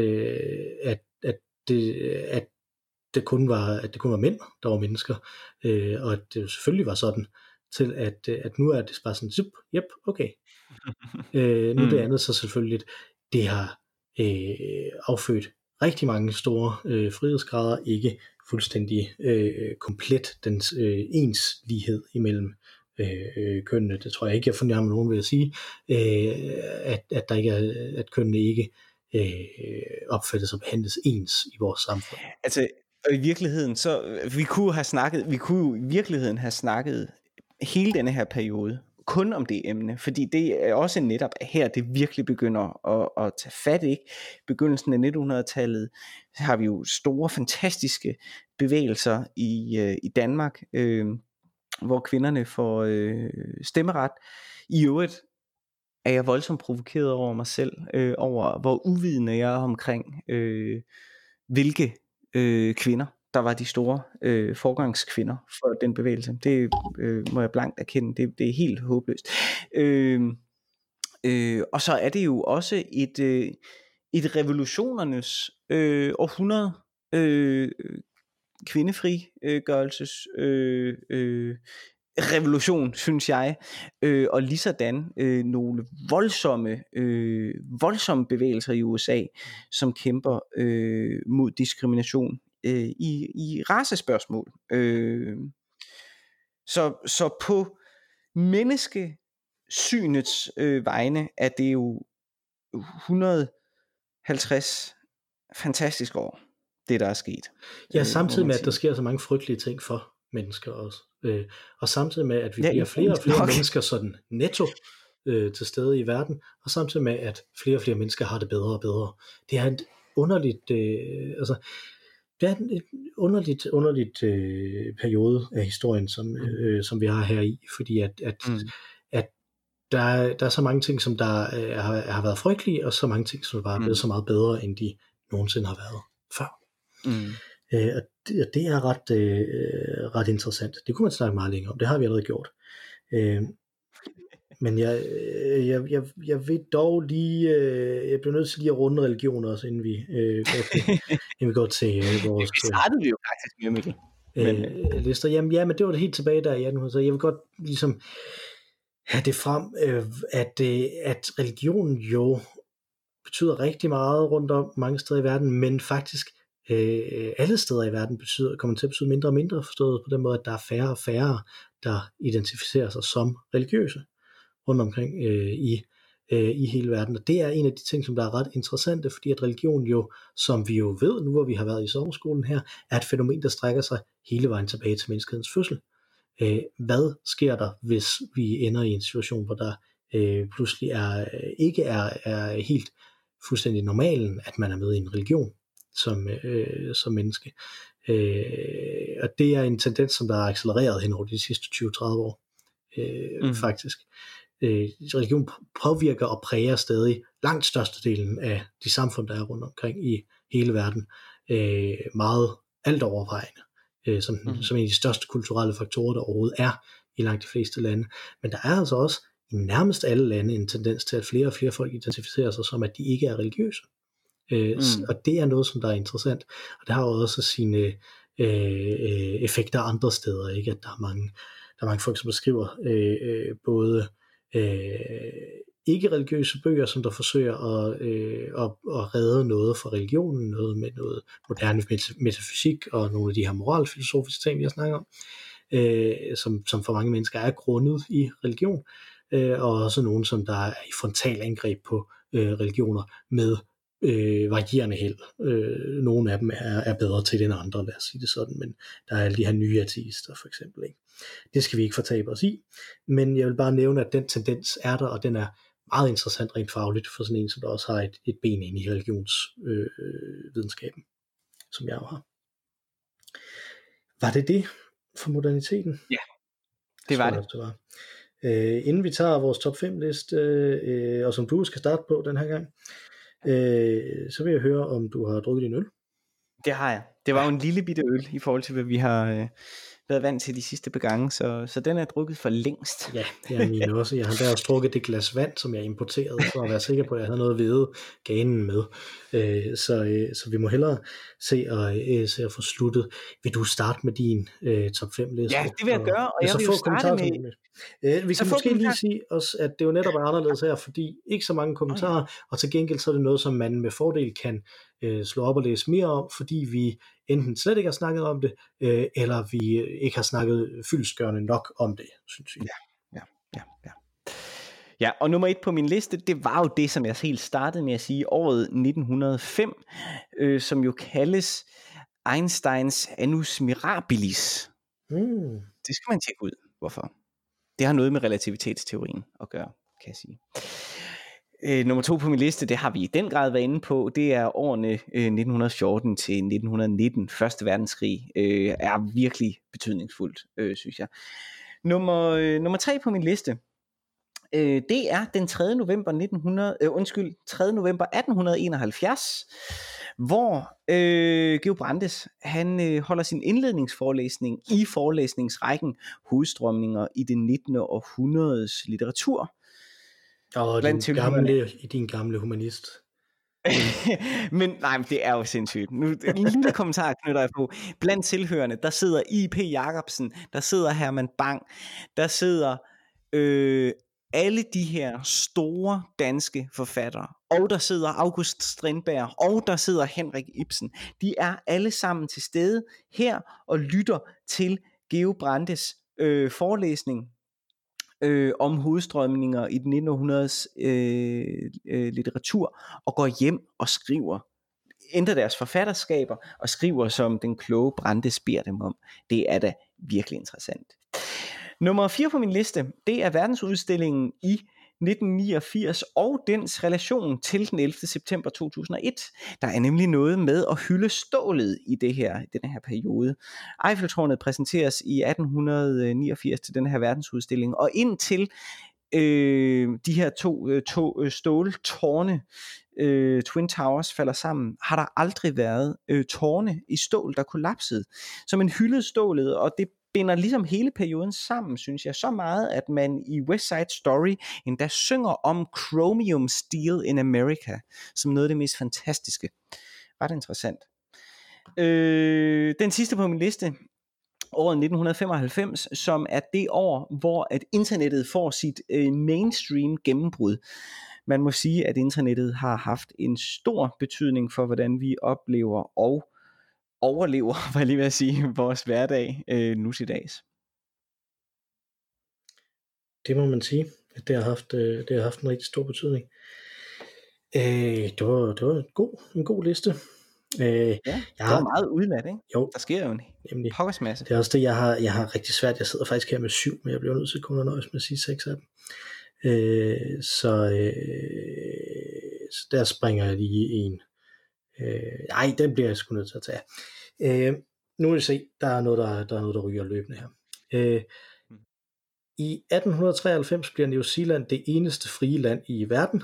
at det kun var mænd, der var mennesker, og at det selvfølgelig var sådan, til at nu er det bare sådan, okay. Nu det andet så selvfølgelig, det har affødt rigtig mange store frihedsgrader, ikke fuldstændig komplet den enslighed imellem kønnene. Det tror jeg ikke, jeg fornærmer nogen ved at sige, at der ikke er, at kønnene ikke opfattes og behandles ens i vores samfund. Altså i virkeligheden så vi kunne i virkeligheden have snakket hele denne her periode kun om det emne, fordi det er også netop her, det virkelig begynder at tage fat, ikke? Begyndelsen af 1900-tallet har vi jo store, fantastiske bevægelser i Danmark, hvor kvinderne får stemmeret. I øvrigt er jeg voldsomt provokeret over mig selv, over hvor uvidende jeg er omkring, hvilke kvinder, der var de store forgangskvinder for den bevægelse. Det må jeg blankt erkende, det er helt håbløst. Og så er det jo også et revolutionernes århundrede, kvindefrigørelses revolution, synes jeg, og lige sådan nogle voldsomme bevægelser i USA, som kæmper mod diskrimination i racespørgsmål. Så på menneskesynets vegne er det jo 150 fantastiske år, det der er sket. Ja, samtidig med, at der sker så mange frygtelige ting for mennesker også. Og samtidig med, at vi bliver flere og flere mennesker sådan netto til stede i verden, og samtidig med, at flere og flere mennesker har det bedre og bedre. Det er et underligt, det er et underligt periode af historien, som vi har her i, fordi at der er så mange ting, som der har været frygtelige, og så mange ting, som bare er blevet så meget bedre, end de nogensinde har været før. Og det er ret interessant. Det kunne man snakke meget længere om. Det har vi allerede gjort. Men jeg vil dog lige, jeg bliver nødt til lige at runde religioner også, inden vi går til vores... Vi startede jo faktisk med, Mikkel. Lister. Jamen, men det var det helt tilbage der i 1800, så jeg vil godt ligesom have det frem, at religionen jo betyder rigtig meget rundt om mange steder i verden, men faktisk alle steder i verden kommer til at betyde mindre og mindre, forstået på den måde, at der er færre og færre, der identificerer sig som religiøse rundt omkring i hele verden. Og det er en af de ting, som der er ret interessante, fordi at religion jo, som vi jo ved nu, hvor vi har været i sommerskolen her, er et fænomen, der strækker sig hele vejen tilbage til menneskehedens fødsel. Hvad sker der, hvis vi ender i en situation, hvor der pludselig ikke er helt fuldstændig normalen, at man er med i en religion som menneske. Og det er en tendens, som der er accelereret hen over de sidste 20-30 år, faktisk. Religion påvirker og præger stadig langt størstedelen af de samfund, der er rundt omkring i hele verden, meget altovervejende, som en af de største kulturelle faktorer, der overhovedet er i langt de fleste lande. Men der er altså også i nærmest alle lande en tendens til, at flere og flere folk identificerer sig som, at de ikke er religiøse. Og det er noget, som der er interessant, og det har jo også sine effekter andre steder, ikke? At der er mange folk, som beskriver både ikke-religiøse bøger, som der forsøger at redde noget fra religionen, noget med noget moderne metafysik og nogle af de her moralfilosofiske ting, vi har snakket om, som for mange mennesker er grundet i religion, og også nogle, som der er i frontal angreb på religioner med varierende held. Nogle af dem er bedre til det end andre, lad os sige det sådan, men der er alle de her nye ateister for eksempel, ikke? Det skal vi ikke fortabe os i, men jeg vil bare nævne, at den tendens er der, og den er meget interessant rent fagligt for sådan en, som der også har et ben ind i religionsvidenskaben, som jeg jo har. Var det for moderniteten? Ja, det var det. Inden vi tager vores top 5 liste, og som du skal starte på den her gang, så vil jeg høre, om du har drukket din øl. Det har jeg. Det var jo en lille bitte øl i forhold til, hvad vi har været vant til de sidste par gange, så den er drukket for længst. Ja, det er min også. Jeg har der også drukket det glas vand, som jeg importerede, for at være sikker på, at jeg havde noget hvede ganen med. Så vi må hellere se at få sluttet. Vil du starte med din top 5 liste? Ja, det vil jeg gøre, og jeg vil jo starte med... Vi kan måske lige sige også, at det jo netop er anderledes her, fordi ikke så mange kommentarer, og til gengæld så er det noget, som man med fordel kan slå op og læse mere om, fordi vi enten slet ikke har snakket om det, eller vi ikke har snakket fyldestgørende nok om det, synes jeg. Ja, og nummer 1 på min liste, det var jo det, som jeg helt startede med at sige, året 1905, som jo kaldes Einsteins annus mirabilis. Det skal man tjekke ud, hvorfor. Det har noget med relativitetsteorien at gøre, kan jeg sige. Nummer 2 på min liste, det har vi i den grad været inde på, det er årene 1914 til 1919, Første Verdenskrig, er virkelig betydningsfuldt, synes jeg. Nummer 3 på min liste, Det er den 3. november 3. november 1871, hvor Georg Brandes han holder sin indledningsforelæsning i forelæsningsrækken Hovedstrømninger i det 19. århundredes litteratur. Din gamle humanist. Men det er jo sindssygt. Nu en lille kommentar knytter jeg på. Blandt tilhørende, der sidder I.P. Jacobsen, der sidder Herman Bang, der sidder alle de her store danske forfattere, og der sidder August Strindberg, og der sidder Henrik Ibsen. De er alle sammen til stede her og lytter til Georg Brandes forelæsning om hovedstrømninger i den 1900's litteratur, og går hjem og skriver, ændrer deres forfatterskaber og skriver, som den kloge Brandes beder dem om. Det er da virkelig interessant. Nummer 4 på min liste, det er verdensudstillingen i 1989 og dens relation til den 11. september 2001. Der er nemlig noget med at hylde stålet i den her periode. Eiffeltårnet præsenteres i 1889 til den her verdensudstilling, og indtil de her to ståltårne, Twin Towers, falder sammen, har der aldrig været tårne i stål, der kollapsede. Som en hyldede stålet, og det binder ligesom hele perioden sammen, synes jeg, så meget, at man i West Side Story endda synger om Chromium Steel in America, som noget af det mest fantastiske. Ret interessant. Den sidste på min liste, året 1995, som er det år, hvor at internettet får sit mainstream gennembrud. Man må sige, at internettet har haft en stor betydning for, hvordan vi oplever og overlever, hvad jeg lige vil sige, vores hverdag nu til dags. Det må man sige, at det har haft en rigtig stor betydning. Det var en god liste. Det var meget udladt, ikke? Jo. Der sker jo en pokkersmasse. Det er også det, jeg har rigtig svært. Jeg sidder faktisk her med 7, men jeg bliver nødt til kun at nøjes med at sige 6 af dem. Så der springer jeg lige en. Den bliver jeg sgu nødt til at tage. Nu vil vi se, der er noget, der ryger løbende her. I 1893 bliver New Zealand det eneste frie land i verden.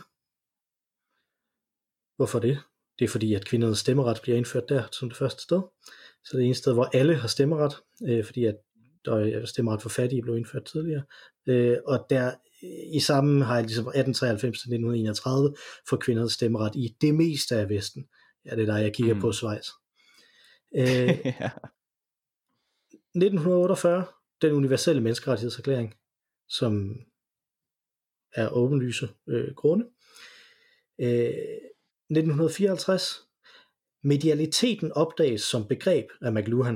Hvorfor det? Det er fordi, at kvindernes stemmeret bliver indført der som det første sted. Så det er eneste sted, hvor alle har stemmeret, fordi at stemmeret for fattige blev indført tidligere. Og der i sammen har jeg ligesom 1893 til 1931 for kvindernes stemmeret i det meste af Vesten. Ja, det er der, jeg kigger på Schweiz. 1948, den universelle menneskerettighedserklæring, som er åbenlyse grunde. 1954, medialiteten opdages som begreb af McLuhan.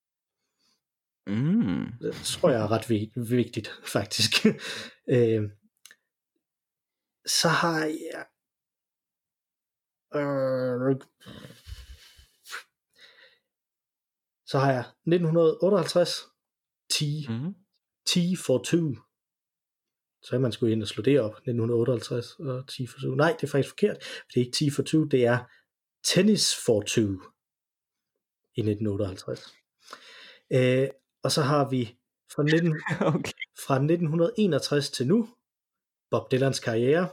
Det tror jeg er ret vigtigt, faktisk. Så har jeg Så har jeg 1958 T for 2. Så er man skulle ind og slå det op. 1958 og T for 2. Nej, det er faktisk forkert. Det er ikke T for 2, det er Tennis for 2 i 1958. Og så har vi fra 1961 til nu Bob Dylans karriere.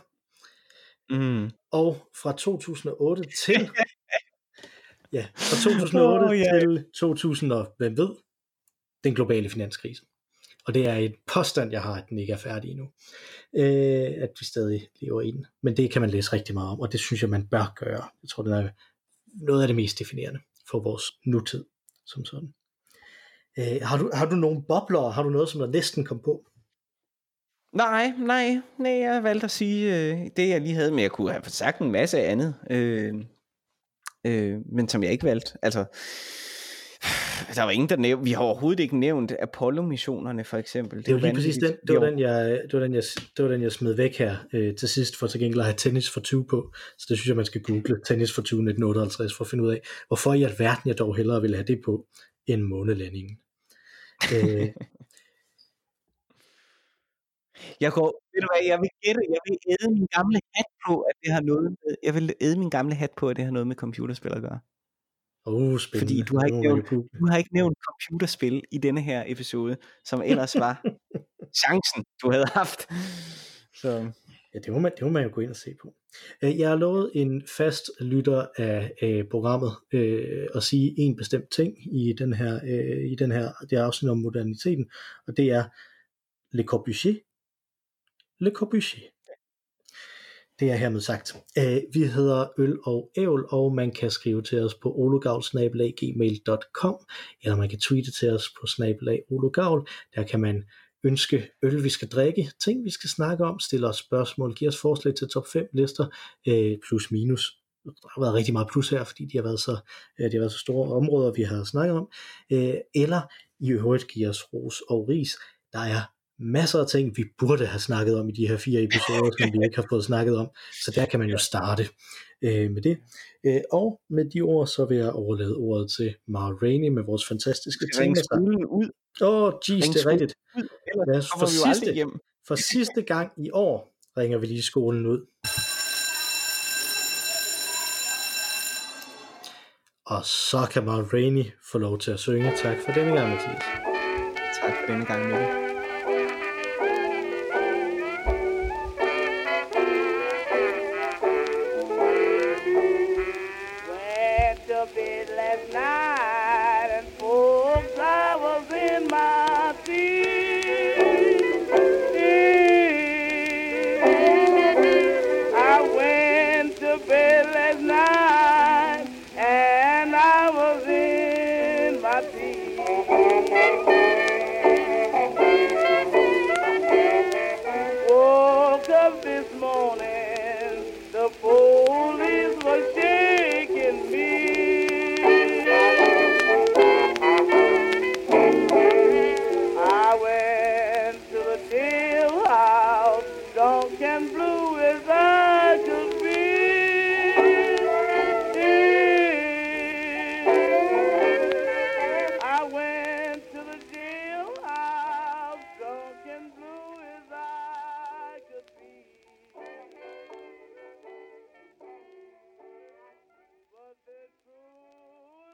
Og fra 2008 til fra 2008 til 2000 og hvem ved, den globale finanskrise. Og det er et påstand, jeg har, at den ikke er færdig endnu. At vi stadig lever i den. Men det kan man læse rigtig meget om, og det synes jeg, man bør gøre. Jeg tror, det er noget af det mest definerende for vores nutid som sådan. Har du nogle bobler? Har du noget, som der næsten kom på? Nej, jeg valgte at sige det, jeg lige havde, men jeg kunne have sagt en masse andet. Men som jeg ikke valgte. Altså, der var ingen, der nævnte. Vi har overhovedet ikke nævnt Apollo-missionerne, for eksempel. Det var lige præcis den. Det var den, jeg smed væk her til sidst, for til gengæld at have Tennis for 2 på. Så det synes jeg, man skal google Tennis for 2 1958, for at finde ud af, hvorfor i alverden jeg dog hellere ville have det på, end månelandingen. Jeg vil æde min gamle hat på, at det har noget med, at det har noget med computerspil at gøre. Spændende. Fordi du har ikke nævnt computerspil i denne her episode, som ellers var chancen, du havde haft. Så Ja, det må man jo gå ind og se på. Jeg har lovet en fast lytter af programmet at sige en bestemt ting i det her afsnit om moderniteten, og det er Le Corbusier. Le Corbusier. Det er hermed sagt. Vi hedder Øl og Ævl, og man kan skrive til os på ologavl@gmail.com, eller man kan tweete til os på @ologavl. Der kan man ønske øl, vi skal drikke, ting, vi skal snakke om, stille os spørgsmål, give os forslag til top 5 lister, plus minus. Der har været rigtig meget plus her, fordi de har været så store områder, vi har snakket om. Eller i øvrigt give os ros og ris. Der er masser af ting, vi burde have snakket om i de her 4 episoder, som vi ikke har fået snakket om. Så der kan man jo starte med det. Og med de ord, så vil jeg overlade ordet til Mara Rainey med vores fantastiske tema. Ring skolen ud. Jeez, det er rigtigt. Ja, for sidste gang i år ringer vi lige skolen ud. Og så kan Mara Rainey få lov til at synge. Tak for denne gang, Mathias. Tak for denne gang, Mikkel.